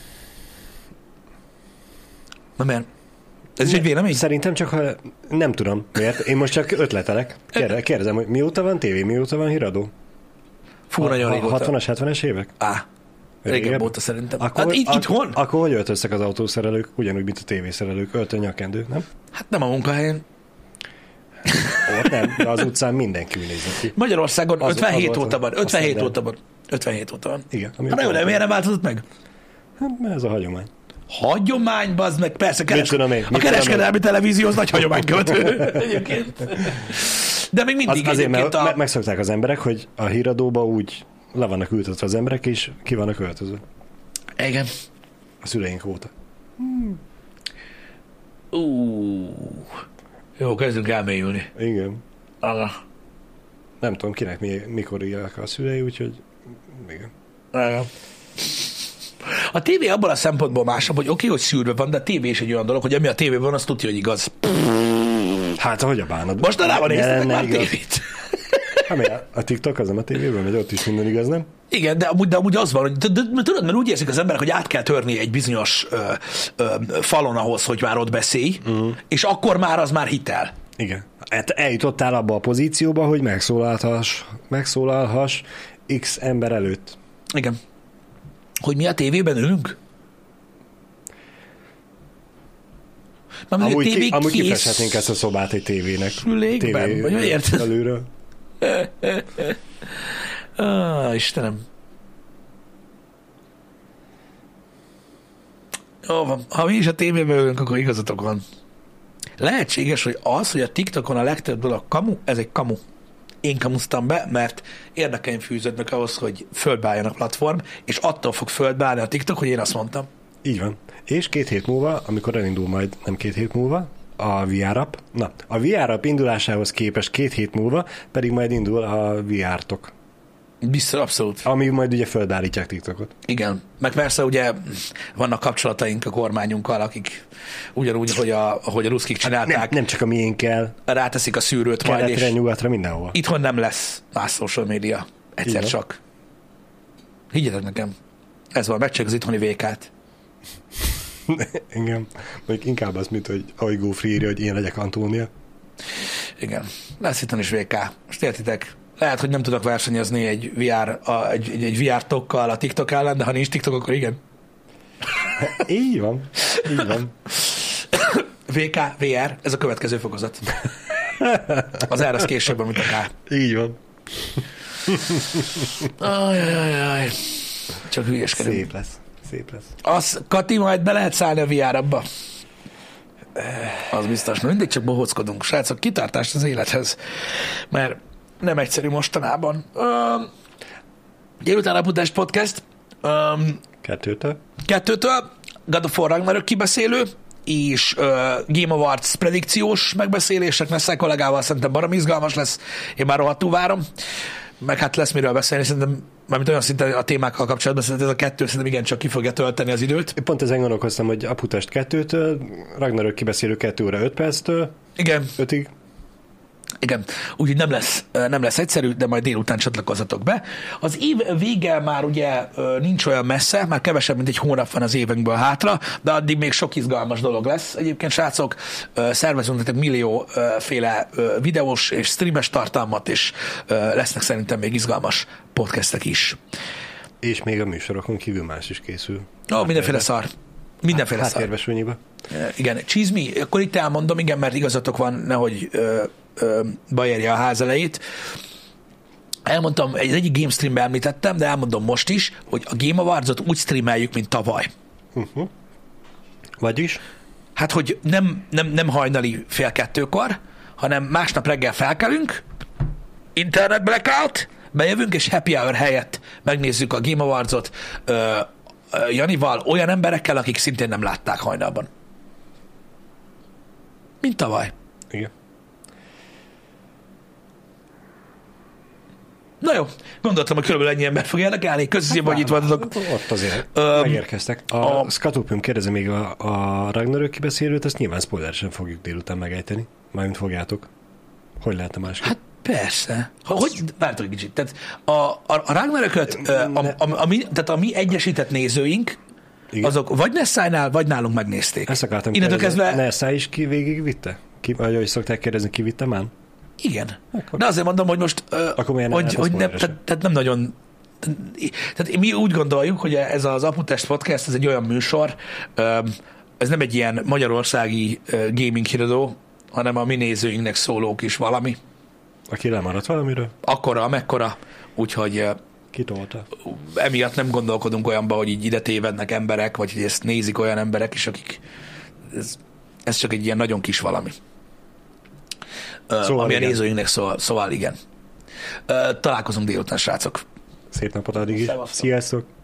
Na miért? Ez is egy vélemény? Szerintem csak, ha nem tudom miért. Én most csak ötletelek. Kérdezem, hogy mióta van tévé, mióta van híradó? Fú, ha, nagyon régóta. hatvanas, hetvenes évek? Á, régebb óta szerintem. Akkor, hát itt, ak- itthon? Akkor hogy öltöztek az autószerelők, ugyanúgy, mint a tévészerelők, öltöny, nyakendő, nem? Hát nem a munkahelyen. Ott nem, de az utcán mindenki úgy nézett ki. Magyarországon az, ötvenhét az óta van, ötvenhét aztán, óta van. ötvenhét óta van. Igen. Hát nagyon nem, miért nem változott meg? Hát, mert ez a hagyomány. Hagyomány, bazd meg, persze, keres... én, a kereskedelmi televízió az nagy hagyománykövető egyébként. De még mindig az, azért, mert a... megszokták az emberek, hogy a híradóba úgy le vannak ültetve az emberek, és ki vannak öltözve. Igen. A szüleink óta. Hmm. Uh. Jó, kezdünk elmélyülni. Igen. Aha. Nem tudom, kinek mi, mikor írják a szülei, úgyhogy igen. Igen. A tévé abban a szempontból másabb, hogy oké, okay, hogy szűrve van, de a tévé is egy olyan dolog, hogy ami a tévében van, azt tudja, hogy igaz. Hát, hogy a bánat? Mostanában néztetek már igaz. tévét. Hát, a TikTok az nem a tévében megy, ott is minden igaz, nem? Igen, de amúgy, de amúgy az van, hogy de, de, de, tudod, mert úgy érzik az emberek, hogy át kell törni egy bizonyos ö, ö, falon ahhoz, hogy már ott beszélj, uh-huh. és akkor már az már hitel. Igen. Hát eljutottál abba a pozícióba, hogy megszólalhass, megszólalhass X ember előtt. Igen. Hogy mi a tévében ülünk? Amúgy, ki, amúgy kifeshetnénk ezt a szobát egy tévének. Süllékben, vagy érted? Előről. ah, Istenem. Jó van. Ha mi is a tévében ülünk, akkor igazatok van. Lehetséges, hogy az, hogy a TikTokon a legtöbb dolog kamu, ez egy kamu. Én kamusztam be, mert érdekeim fűződnek ahhoz, hogy földbe álljon a platform, és attól fog földbe állni a TikTok, hogy én azt mondtam. Így van. És két hét múlva, amikor elindul majd, nem két hét múlva, a vé er app, na, a vé er app indulásához képest két hét múlva pedig majd indul a vé er-tok. Biztos, abszolút. Ami majd ugye földbeállítják TikTokot. Igen. Meg persze ugye vannak kapcsolataink a kormányunkkal, akik ugyanúgy, hogy a, ahogy a ruszkik csinálták. Nem, nem csak a miénkkel. Ráteszik a szűrőt majd, és keletre, nyugatra, mindenhol. Itthon nem lesz más social media. Egyszer igen. csak. Higgyetek nekem. Ez van, megcsináljuk az itthoni vékát. Igen. Mondjuk inkább az, mint hogy Ajgó írja, hogy én legyek Antónia. Igen. Lesz itthon is vé ká. Most értitek? Lehet, hogy nem tudok versenyezni egy vé er, a, egy, egy, egy vé er-tokkal a TikTok ellen, de ha nincs TikTok, akkor igen. Így van. Így van. vé ká, vé er, ez a következő fokozat. Az R az később, mint a K. Így van. Ajajajaj. Csak hülyeskedünk. Szép lesz. Szép lesz. Az, Kati, majd be lehet szállni a vé er-abba. Az biztos. Na mindig csak bohóckodunk. Srácok, kitartást az élethez. Mert nem egyszerű mostanában. Um, Délutánaputás podcast. Um, Kettőtől. Kettőtől. God of War Ragnarök kibeszélő, és uh, Game Awards predikciós megbeszélések lesz kollégával, szerintem baromi izgalmas lesz. Én már rohadtul várom. Meg hát lesz miről beszélni, szerintem mármint olyan szinten a témákkal kapcsolatban, szerintem ez a kettő szerintem igencsak ki fogja tölteni az időt. Én pont ezen gondolkoztam, hogy Aputest kettőtől, Ragnarök kibeszélő kettő óra öt perctől. Igen. ötig. Igen, úgyhogy nem lesz, nem lesz egyszerű, de majd délután csatlakozzatok be. Az év vége már ugye nincs olyan messze, már kevesebb, mint egy hónap van az évünkből hátra, de addig még sok izgalmas dolog lesz. Egyébként, srácok, szervezünk nektek millióféle videós és streames tartalmat, és lesznek szerintem még izgalmas podcastek is. És még a műsorokon kívül más is készül. Ó, mindenféle szar. Mindenféle hát, szar. Háttérbe. Igen, cheese me, akkor itt elmondom, igen, mert igazatok van, nehogy ö, ö, beérje a ház elejét. Elmondtam, egy egyik game streamben említettem, de elmondom most is, hogy a Game Awards-ot úgy streameljük, mint tavaly. Uh-huh. Vagyis? Hát, hogy nem, nem, nem hajnali fél kettőkor, hanem másnap reggel felkelünk, internet blackout, bejövünk, és happy hour helyett megnézzük a Game Awards-ot ö, ö, Janival, olyan emberekkel, akik szintén nem látták hajnalban. Mint tavaly. Igen. Na jó, gondoltam, hogy körülbelül ennyi ember fog érdekelni. Köszönöm, hát, hogy itt vannak. Ott azért um, megérkeztek. A, a... Scatopium kérdezi még a, a Ragnarök kibeszélőt, ezt nyilván spoileresen fogjuk délután megejteni. Mármint fogjátok. Hogy lehetne másképp? Hát persze. Hogy, vártok egy kicsit. Tehát a, a, a Ragnarököt, a, a, a, a, mi, tehát a mi egyesített nézőink, igen, azok vagy Nessai-nál, vagy nálunk megnézték. Ezt akartam kérdezni. Kezdve... Nessai is ki végig vitte? Ki, vagy ahogy szokták kérdezni, ki vitte már? Igen. Akkor... De azért mondom, hogy most, uh, hogy, hogy nem, tehát, tehát nem nagyon... Tehát mi úgy gondoljuk, hogy ez az Aputest Podcast, ez egy olyan műsor, ez nem egy ilyen magyarországi gaming híradó, hanem a mi nézőinknek szóló kis valami. Aki lemaradt valamiről? Akkora, amekkora, úgyhogy kitolta. Emiatt nem gondolkodunk olyanba, hogy így ide tévednek emberek, vagy hogy ezt nézik olyan emberek is, akik ez, ez csak egy ilyen nagyon kis valami. Szóval ami igen. A nézőinknek szól, szóval igen. Találkozunk délután, srácok. Szép napot addig is. Sziasztok!